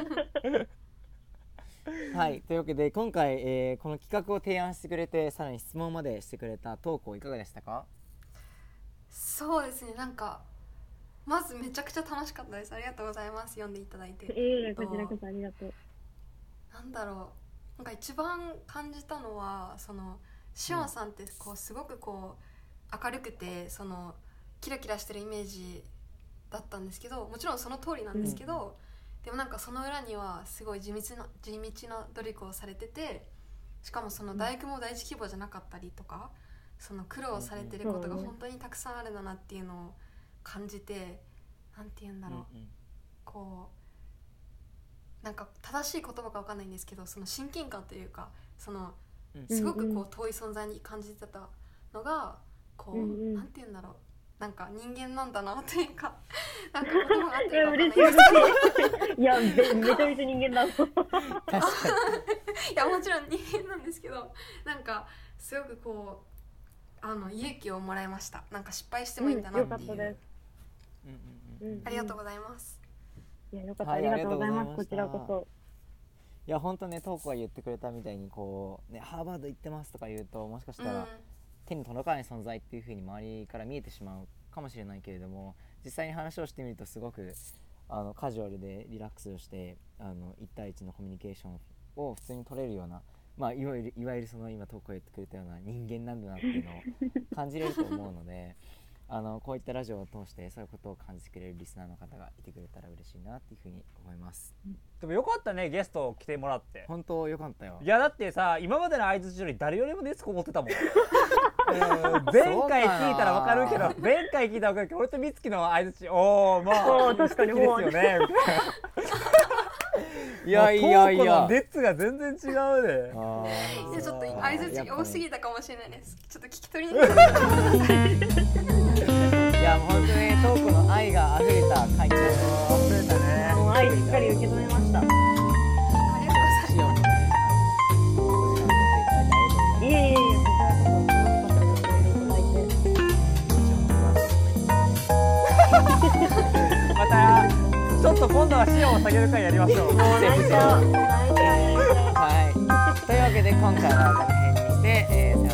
Speaker 1: はいというわけで今回、えー、この企画を提案してくれてさらに質問までしてくれたトウコいかがでしたか？
Speaker 4: そうですねなんかまずめちゃくちゃ楽しかったです。ありがとうございます。読んでいただいて。
Speaker 3: ええー、こちらこそありがとう。
Speaker 4: なんだろうなんか一番感じたのはそのしおんさんってこうすごくこう明るくてそのキラキラしてるイメージだったんですけどもちろんその通りなんですけど、うん、でもなんかその裏にはすごい地道な地道な努力をされててしかもその大学も第一規模じゃなかったりとかその苦労されてることが本当にたくさんあるんだなっていうのを感じてなんて言うんだろう、うんうん、こうなんか正しい言葉か分かんないんですけどその親近感というかそのすごくこう遠い存在に感じてたのがこう、うんうん、なんて言うんだろうなんか人間なんだなというかなんか言葉があってるか分かんない
Speaker 3: 嬉しい嬉しいいや め, めちゃめちゃ人間だ確かに
Speaker 4: いやもちろん人間なんですけどなんかすごくこうあの勇気をもらいました。なんか失敗してもいいんだなっていう、うん、よかったです、うんうんうん、ありがとうございます。
Speaker 3: いやよかった、はい、ありがとうございます。こちらこそ
Speaker 1: いや本当ねトウコが言ってくれたみたいにこうねハーバード行ってますとか言うともしかしたら、うん、手に届かない存在っていう風に周りから見えてしまうかもしれないけれども実際に話をしてみるとすごくあのカジュアルでリラックスをしてあのいち対いちのコミュニケーションを普通に取れるようなまあ、いわゆるいわゆるその今トウコが言ってくれたような人間なんだなっていうのを感じれると思うのであのこういったラジオを通してそういうことを感じてくれるリスナーの方がいてくれたら嬉しいなっていうふうに思います。
Speaker 2: でもよかったねゲスト来てもらって
Speaker 1: 本当よかったよ。
Speaker 2: いやだってさ今までの相槌より誰よりも熱こもってたもん、えー、前回聞いたら分かるけど前回聞いたら分かるけど俺と美月の相槌おーまあ
Speaker 3: 確かに
Speaker 2: 好きですよね
Speaker 1: いやいやい
Speaker 2: もうトー
Speaker 1: や
Speaker 2: クの熱が全然違うね。
Speaker 1: あ
Speaker 4: いやちょっと相づちが多す
Speaker 1: ぎ
Speaker 4: ぎたかもしれないです。ちょっと聞き取りにくかったかもしれない。
Speaker 1: いや本当ねトークの愛が溢れた回答を
Speaker 2: 溢れたね。
Speaker 3: もう愛しっかり受け止めました。
Speaker 4: ありがとうございます。
Speaker 1: しようねあのお時間取っていただいてありがとうございます
Speaker 3: いえいえいえ、こちらこそ楽しかったです。
Speaker 2: またちょっと今度はシオンを下げる回やりましょう。
Speaker 3: もう泣いちゃう。泣いちゃう。泣いちゃう。
Speaker 1: はいというわけで今回はこの辺にして、えー